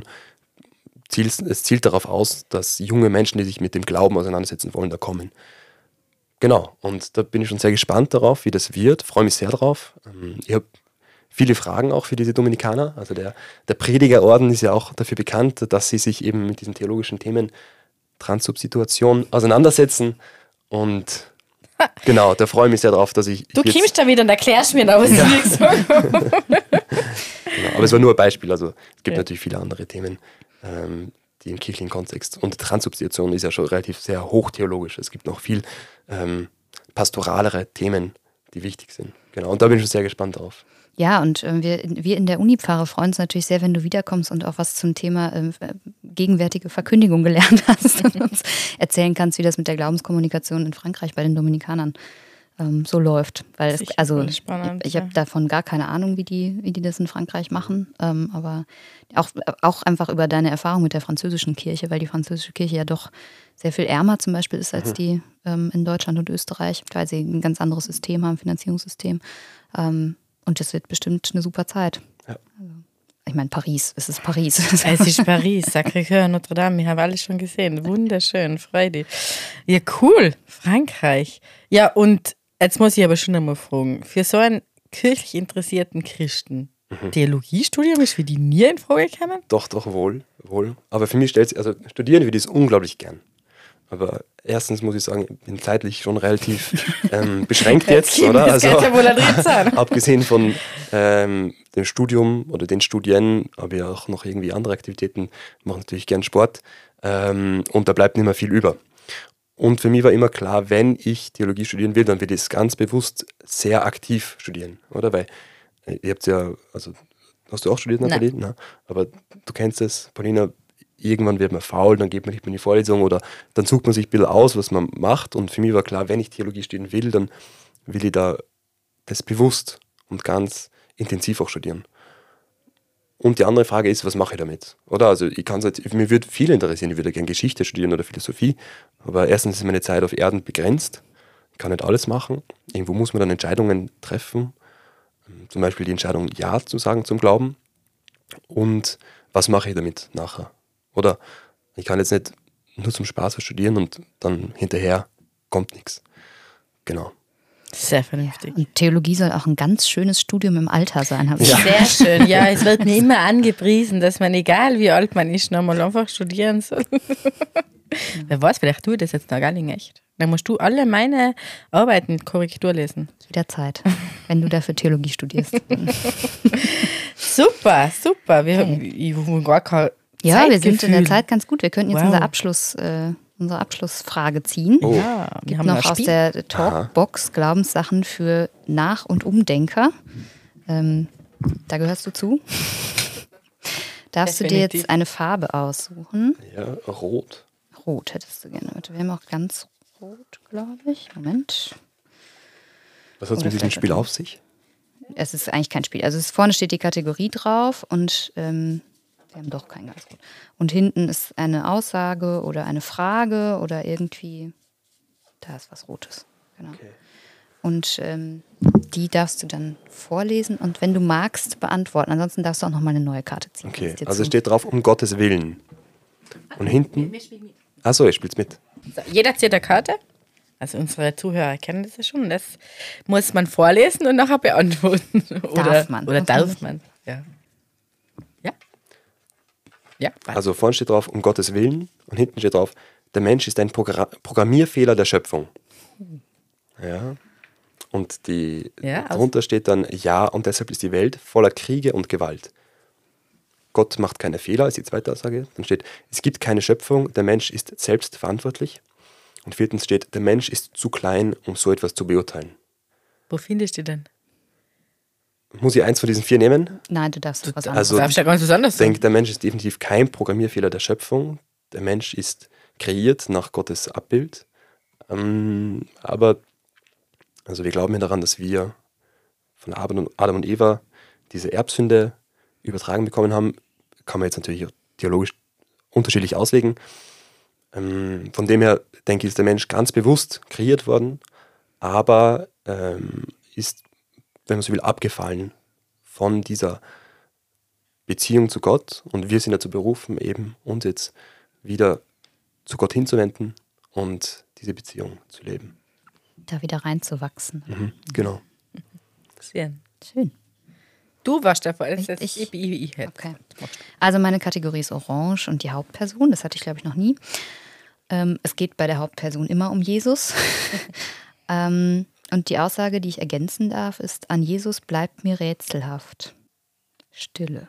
es zielt darauf aus, dass junge Menschen, die sich mit dem Glauben auseinandersetzen wollen, da kommen. Genau, und da bin ich schon sehr gespannt darauf, wie das wird, freue mich sehr drauf. Ich habe viele Fragen auch für diese Dominikaner, also der Predigerorden ist ja auch dafür bekannt, dass sie sich eben mit diesen theologischen Themen Transsubstitution auseinandersetzen und genau, da freue ich mich sehr drauf, dass ich... Du kommst da wieder und erklärst mir da, was ich nicht so. Genau, aber es war nur ein Beispiel, also es gibt natürlich viele andere Themen, die im kirchlichen Kontext, und Transsubstitution ist ja schon relativ sehr hochtheologisch, es gibt noch viel pastoralere Themen, die wichtig sind. Genau, und da bin ich schon sehr gespannt drauf. Ja, und wir in der Uni-Pfarre freuen uns natürlich sehr, wenn du wiederkommst und auch was zum Thema gegenwärtige Verkündigung gelernt hast und uns erzählen kannst, wie das mit der Glaubenskommunikation in Frankreich bei den Dominikanern so läuft. Weil ich habe davon gar keine Ahnung, wie die das in Frankreich machen, aber auch einfach über deine Erfahrung mit der französischen Kirche, weil die französische Kirche ja doch sehr viel ärmer zum Beispiel ist als die in Deutschland und Österreich, weil sie ein ganz anderes System haben, Finanzierungssystem. Und das wird bestimmt eine super Zeit. Ja. Also, ich meine, Paris, es ist Paris. Es ist Paris, Sacré-Cœur, Notre Dame, wir haben alles schon gesehen. Wunderschön, Freude. Ja, cool, Frankreich. Ja, und jetzt muss ich aber schon einmal fragen, für so einen kirchlich interessierten Christen, Theologiestudium ist für die nie in Frage gekommen? Doch, wohl. Aber für mich stellt sich, also studieren würde ich es unglaublich gern. Aber erstens muss ich sagen, ich bin zeitlich schon relativ beschränkt jetzt, oder? Das Also ja wohl drin sein. abgesehen von dem Studium oder den Studien, habe ich auch noch irgendwie andere Aktivitäten, mache natürlich gern Sport und da bleibt nicht mehr viel über. Und für mich war immer klar, wenn ich Theologie studieren will, dann will ich es ganz bewusst sehr aktiv studieren, oder? Weil ihr habt ja, also hast du auch studiert, Nathalie? Nein. Aber du kennst es, Paulina, irgendwann wird man faul, dann geht man nicht mehr in die Vorlesung oder dann sucht man sich ein bisschen aus, was man macht. Und für mich war klar, wenn ich Theologie studieren will, dann will ich da das bewusst und ganz intensiv auch studieren. Und die andere Frage ist, was mache ich damit? Oder? Also ich kann halt, mir würde viel interessieren, ich würde gerne Geschichte studieren oder Philosophie, aber erstens ist meine Zeit auf Erden begrenzt, ich kann nicht alles machen, irgendwo muss man dann Entscheidungen treffen, zum Beispiel die Entscheidung Ja zu sagen zum Glauben und was mache ich damit nachher? Oder ich kann jetzt nicht nur zum Spaß was studieren und dann hinterher kommt nichts. Genau. Sehr vernünftig. Und Theologie soll auch ein ganz schönes Studium im Alter sein, habe ich Sehr schön. Ja, es wird mir immer angepriesen, dass man, egal wie alt man ist, nochmal einfach studieren soll. Wer weiß, vielleicht tue ich das jetzt noch gar nicht echt. Dann musst du alle meine Arbeiten mit Korrektur lesen. Wieder Zeit, wenn du dafür Theologie studierst. Super. Ich habe gar keine Ja, wir sind Zeitgefühl. in der Zeit ganz gut. Wir könnten jetzt Wow. unsere Abschlussfrage ziehen. Oh. Ja, wir Gibt haben noch ein aus Spiel. der Talkbox Glaubenssachen für Nach- und Umdenker. Da gehörst du zu. Darfst du dir Definitiv. jetzt eine Farbe aussuchen? Ja, rot. Rot hättest du gerne. Warte, wir haben auch ganz rot, glaube ich. Moment. Was hat es Oder mit diesem vielleicht Spiel auch auf sich? Es ist eigentlich kein Spiel. Also vorne steht die Kategorie drauf und wir haben doch kein ganz rot. Und hinten ist eine Aussage oder eine Frage oder irgendwie, da ist was Rotes. Genau. Okay. Und die darfst du dann vorlesen und wenn du magst, beantworten. Ansonsten darfst du auch nochmal eine neue Karte ziehen. Okay, Ist dir also zu. steht drauf, um Gottes Willen. Und hinten? Achso, ihr spielt mit. So, jeder zieht eine Karte. Also unsere Zuhörer kennen das ja schon. Das muss man vorlesen und nachher beantworten. Darf man. Oder Muss man darf nicht. man. Ja. Ja, Also vorne steht drauf, um Gottes Willen. Und hinten steht drauf, der Mensch ist ein Programmierfehler der Schöpfung. Ja. Und darunter steht dann, ja, und deshalb ist die Welt voller Kriege und Gewalt. Gott macht keine Fehler, ist die zweite Aussage. Dann steht, es gibt keine Schöpfung, der Mensch ist selbst verantwortlich. Und viertens steht, der Mensch ist zu klein, um so etwas zu beurteilen. wo findest du denn? Muss ich eins von diesen 4 nehmen? Nein, du darfst was anderes. Also, Darfst du ja ganz was anderes Ich sagen? denke, der Mensch ist definitiv kein Programmierfehler der Schöpfung. Der Mensch ist kreiert nach Gottes Abbild. Aber also wir glauben ja daran, dass wir von Adam und Eva diese Erbsünde übertragen bekommen haben. Kann man jetzt natürlich auch theologisch unterschiedlich auslegen. Von dem her denke ich, ist der Mensch ganz bewusst kreiert worden, aber ist, wenn man so will, abgefallen von dieser Beziehung zu Gott. Und wir sind dazu berufen, eben uns jetzt wieder zu Gott hinzuwenden und diese Beziehung zu leben. Da wieder reinzuwachsen. Genau. Sehr. Schön. Du warst der Fall. Ich- Ich hätte. Okay. Also meine Kategorie ist Orange und die Hauptperson, das hatte ich glaube ich noch nie. Es geht bei der Hauptperson immer um Jesus. Und die Aussage, die ich ergänzen darf, ist, an Jesus bleibt mir rätselhaft. Stille.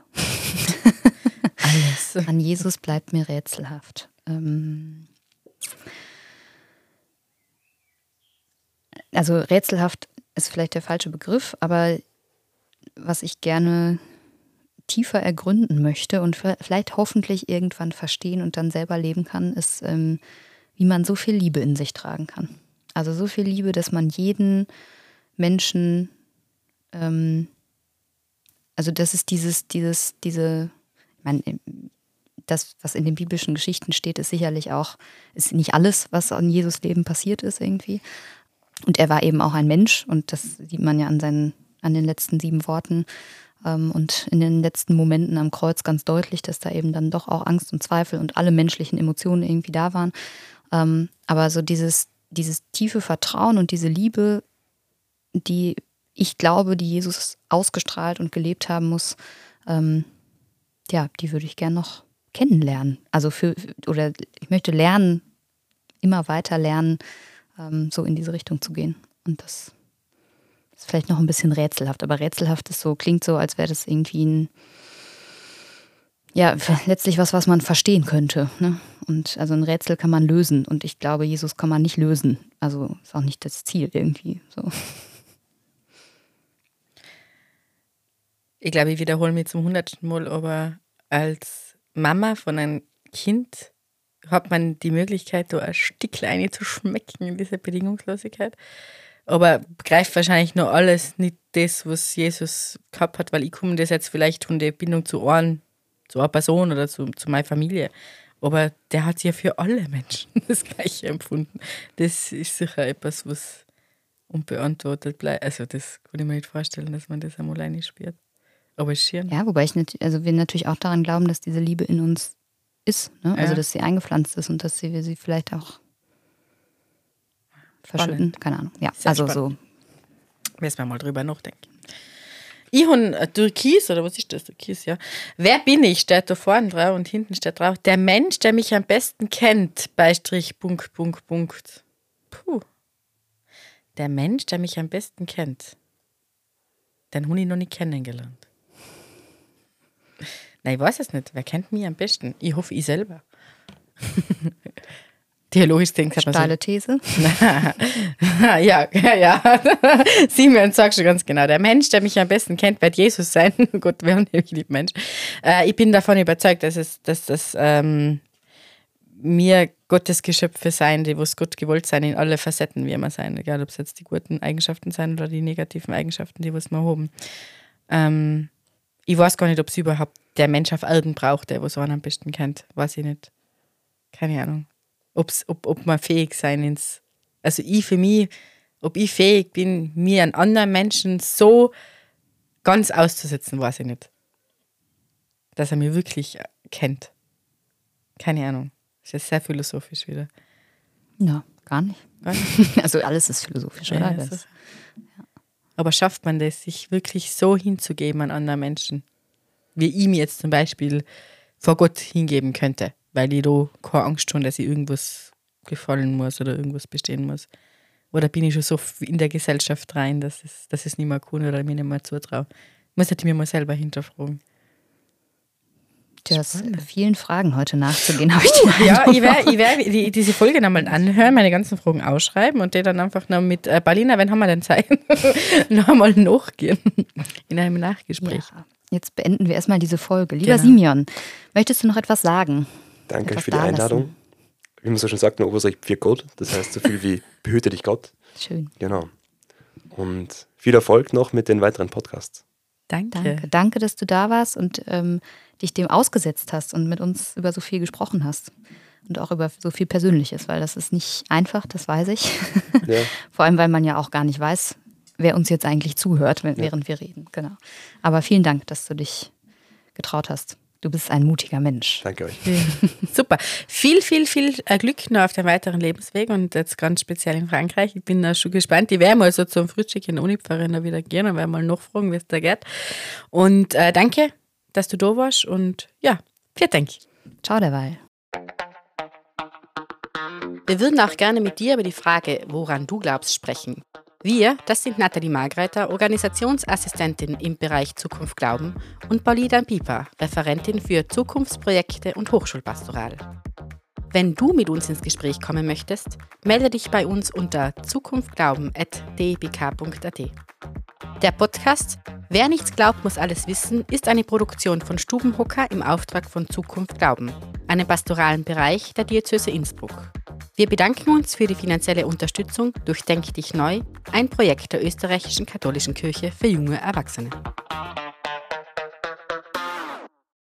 Alles. An Jesus bleibt mir rätselhaft. Also rätselhaft ist vielleicht der falsche Begriff, aber was ich gerne tiefer ergründen möchte und vielleicht hoffentlich irgendwann verstehen und dann selber leben kann, ist, wie man so viel Liebe in sich tragen kann. Also so viel Liebe, dass man jeden Menschen, also das ist diese, ich meine, das, was in den biblischen Geschichten steht, ist sicherlich auch, ist nicht alles, was an Jesus Leben passiert ist irgendwie. Und er war eben auch ein Mensch und das sieht man ja an den letzten 7 Worten und in den letzten Momenten am Kreuz ganz deutlich, dass da eben dann doch auch Angst und Zweifel und alle menschlichen Emotionen irgendwie da waren. Aber so dieses tiefe Vertrauen und diese Liebe, die ich glaube, die Jesus ausgestrahlt und gelebt haben muss, die würde ich gerne noch kennenlernen. Also ich möchte lernen, immer weiter lernen, so in diese Richtung zu gehen. Und das ist vielleicht noch ein bisschen rätselhaft, aber rätselhaft klingt so, als wäre das irgendwie letztlich was man verstehen könnte. Ne? Und also ein Rätsel kann man lösen und ich glaube, Jesus kann man nicht lösen. Also ist auch nicht das Ziel irgendwie. So. Ich glaube, ich wiederhole mich zum 100. Mal, aber als Mama von einem Kind hat man die Möglichkeit, da ein Stückchen reinzuschmecken in diese Bedingungslosigkeit. Aber greift wahrscheinlich nur alles nicht das, was Jesus gehabt hat, weil ich komme das jetzt vielleicht von der Bindung zu einer Person oder zu meiner Familie. Aber der hat ja für alle Menschen das Gleiche empfunden. Das ist sicher etwas, was unbeantwortet bleibt. Also das kann ich mir nicht vorstellen, dass man das einmal nicht spürt. Aber es ist schön. Ja, wobei wir natürlich auch daran glauben, dass diese Liebe in uns ist. Ne? Also dass sie eingepflanzt ist und dass wir sie vielleicht auch verschütten. Keine Ahnung. Ja, sehr also spannend. So. Müssen wir mal drüber nachdenken. Ich habe Türkis, oder was ist das? Türkis, ja. Wer bin ich? Steht da vorne drauf und hinten steht drauf. Der Mensch, der mich am besten kennt, Beistrich, .. Puh. Der Mensch, der mich am besten kennt. Den habe ich noch nicht kennengelernt. Nein, ich weiß es nicht. Wer kennt mich am besten? Ich hoffe, ich selber. Theologisch denkt man steile These. Ja. Simeon sagt schon ganz genau. Der Mensch, der mich am besten kennt, wird Jesus sein. Gott, wer ein lieb Mensch. Ich bin davon überzeugt, dass wir Gottes Geschöpfe sein, die was Gott gewollt sein, in alle Facetten, wie wir sein. Egal, ob es jetzt die guten Eigenschaften sein oder die negativen Eigenschaften, die was wir haben. Ich weiß gar nicht, ob es überhaupt der Mensch auf Erden braucht, der was einen am besten kennt. Weiß ich nicht. Keine Ahnung. Ob wir fähig sein also ich für mich, ob ich fähig bin, mir einen anderen Menschen so ganz auszusetzen, weiß ich nicht. Dass er mich wirklich kennt. Keine Ahnung. Das ist sehr philosophisch wieder. Ja, gar nicht. Also alles ist philosophisch, oder? Ja. Aber schafft man das, sich wirklich so hinzugeben an anderen Menschen, wie ich mir jetzt zum Beispiel vor Gott hingeben könnte? Weil ich da keine Angst habe, dass ich irgendwas gefallen muss oder irgendwas bestehen muss. Oder bin ich schon so in der Gesellschaft rein, dass es nicht mehr kann oder mir nicht mehr zutraue. Muss ich mir mal selber hinterfragen. Du hast vielen Fragen heute nachzugehen, habe ich dir. Ja, ich werde diese Folge nochmal anhören, meine ganzen Fragen ausschreiben und die dann einfach noch mit Paulina, wann haben wir denn Zeit, noch einmal nachgehen in einem Nachgespräch. Ja, jetzt beenden wir erstmal diese Folge. Lieber Simeon, möchtest du noch etwas sagen? Danke euch für die Einladung. Wie man so schon sagt, nur für Gott. Das heißt so viel wie behüte dich Gott. Schön. Genau. Und viel Erfolg noch mit den weiteren Podcasts. Danke, dass du da warst und dich dem ausgesetzt hast und mit uns über so viel gesprochen hast. Und auch über so viel Persönliches, weil das ist nicht einfach, das weiß ich. Ja. Vor allem, weil man ja auch gar nicht weiß, wer uns jetzt eigentlich zuhört, während wir reden. Genau. Aber vielen Dank, dass du dich getraut hast. Du bist ein mutiger Mensch. Danke euch. Ja. Super. Viel Glück noch auf dem weiteren Lebensweg und jetzt ganz speziell in Frankreich. Ich bin schon gespannt. Ich werde mal so zum Frühstück in der Uni-Pfarrerin noch wieder gehen und werde mal nachfragen, wie es da geht. Und danke, dass du da warst und ja, vielen Dank. Ciao derweil. Wir würden auch gerne mit dir über die Frage, woran du glaubst, sprechen. Wir, das sind Nathalie Margreiter, Organisationsassistentin im Bereich Zukunft Glauben und Paulina Pieper, Referentin für Zukunftsprojekte und Hochschulpastoral. Wenn du mit uns ins Gespräch kommen möchtest, melde dich bei uns unter zukunftglauben@debk.at. Der Podcast Wer nichts glaubt, muss alles wissen ist eine Produktion von Stubenhocker im Auftrag von Zukunft Glauben, einem pastoralen Bereich der Diözese Innsbruck. Wir bedanken uns für die finanzielle Unterstützung durch Denk dich neu, ein Projekt der österreichischen katholischen Kirche für junge Erwachsene.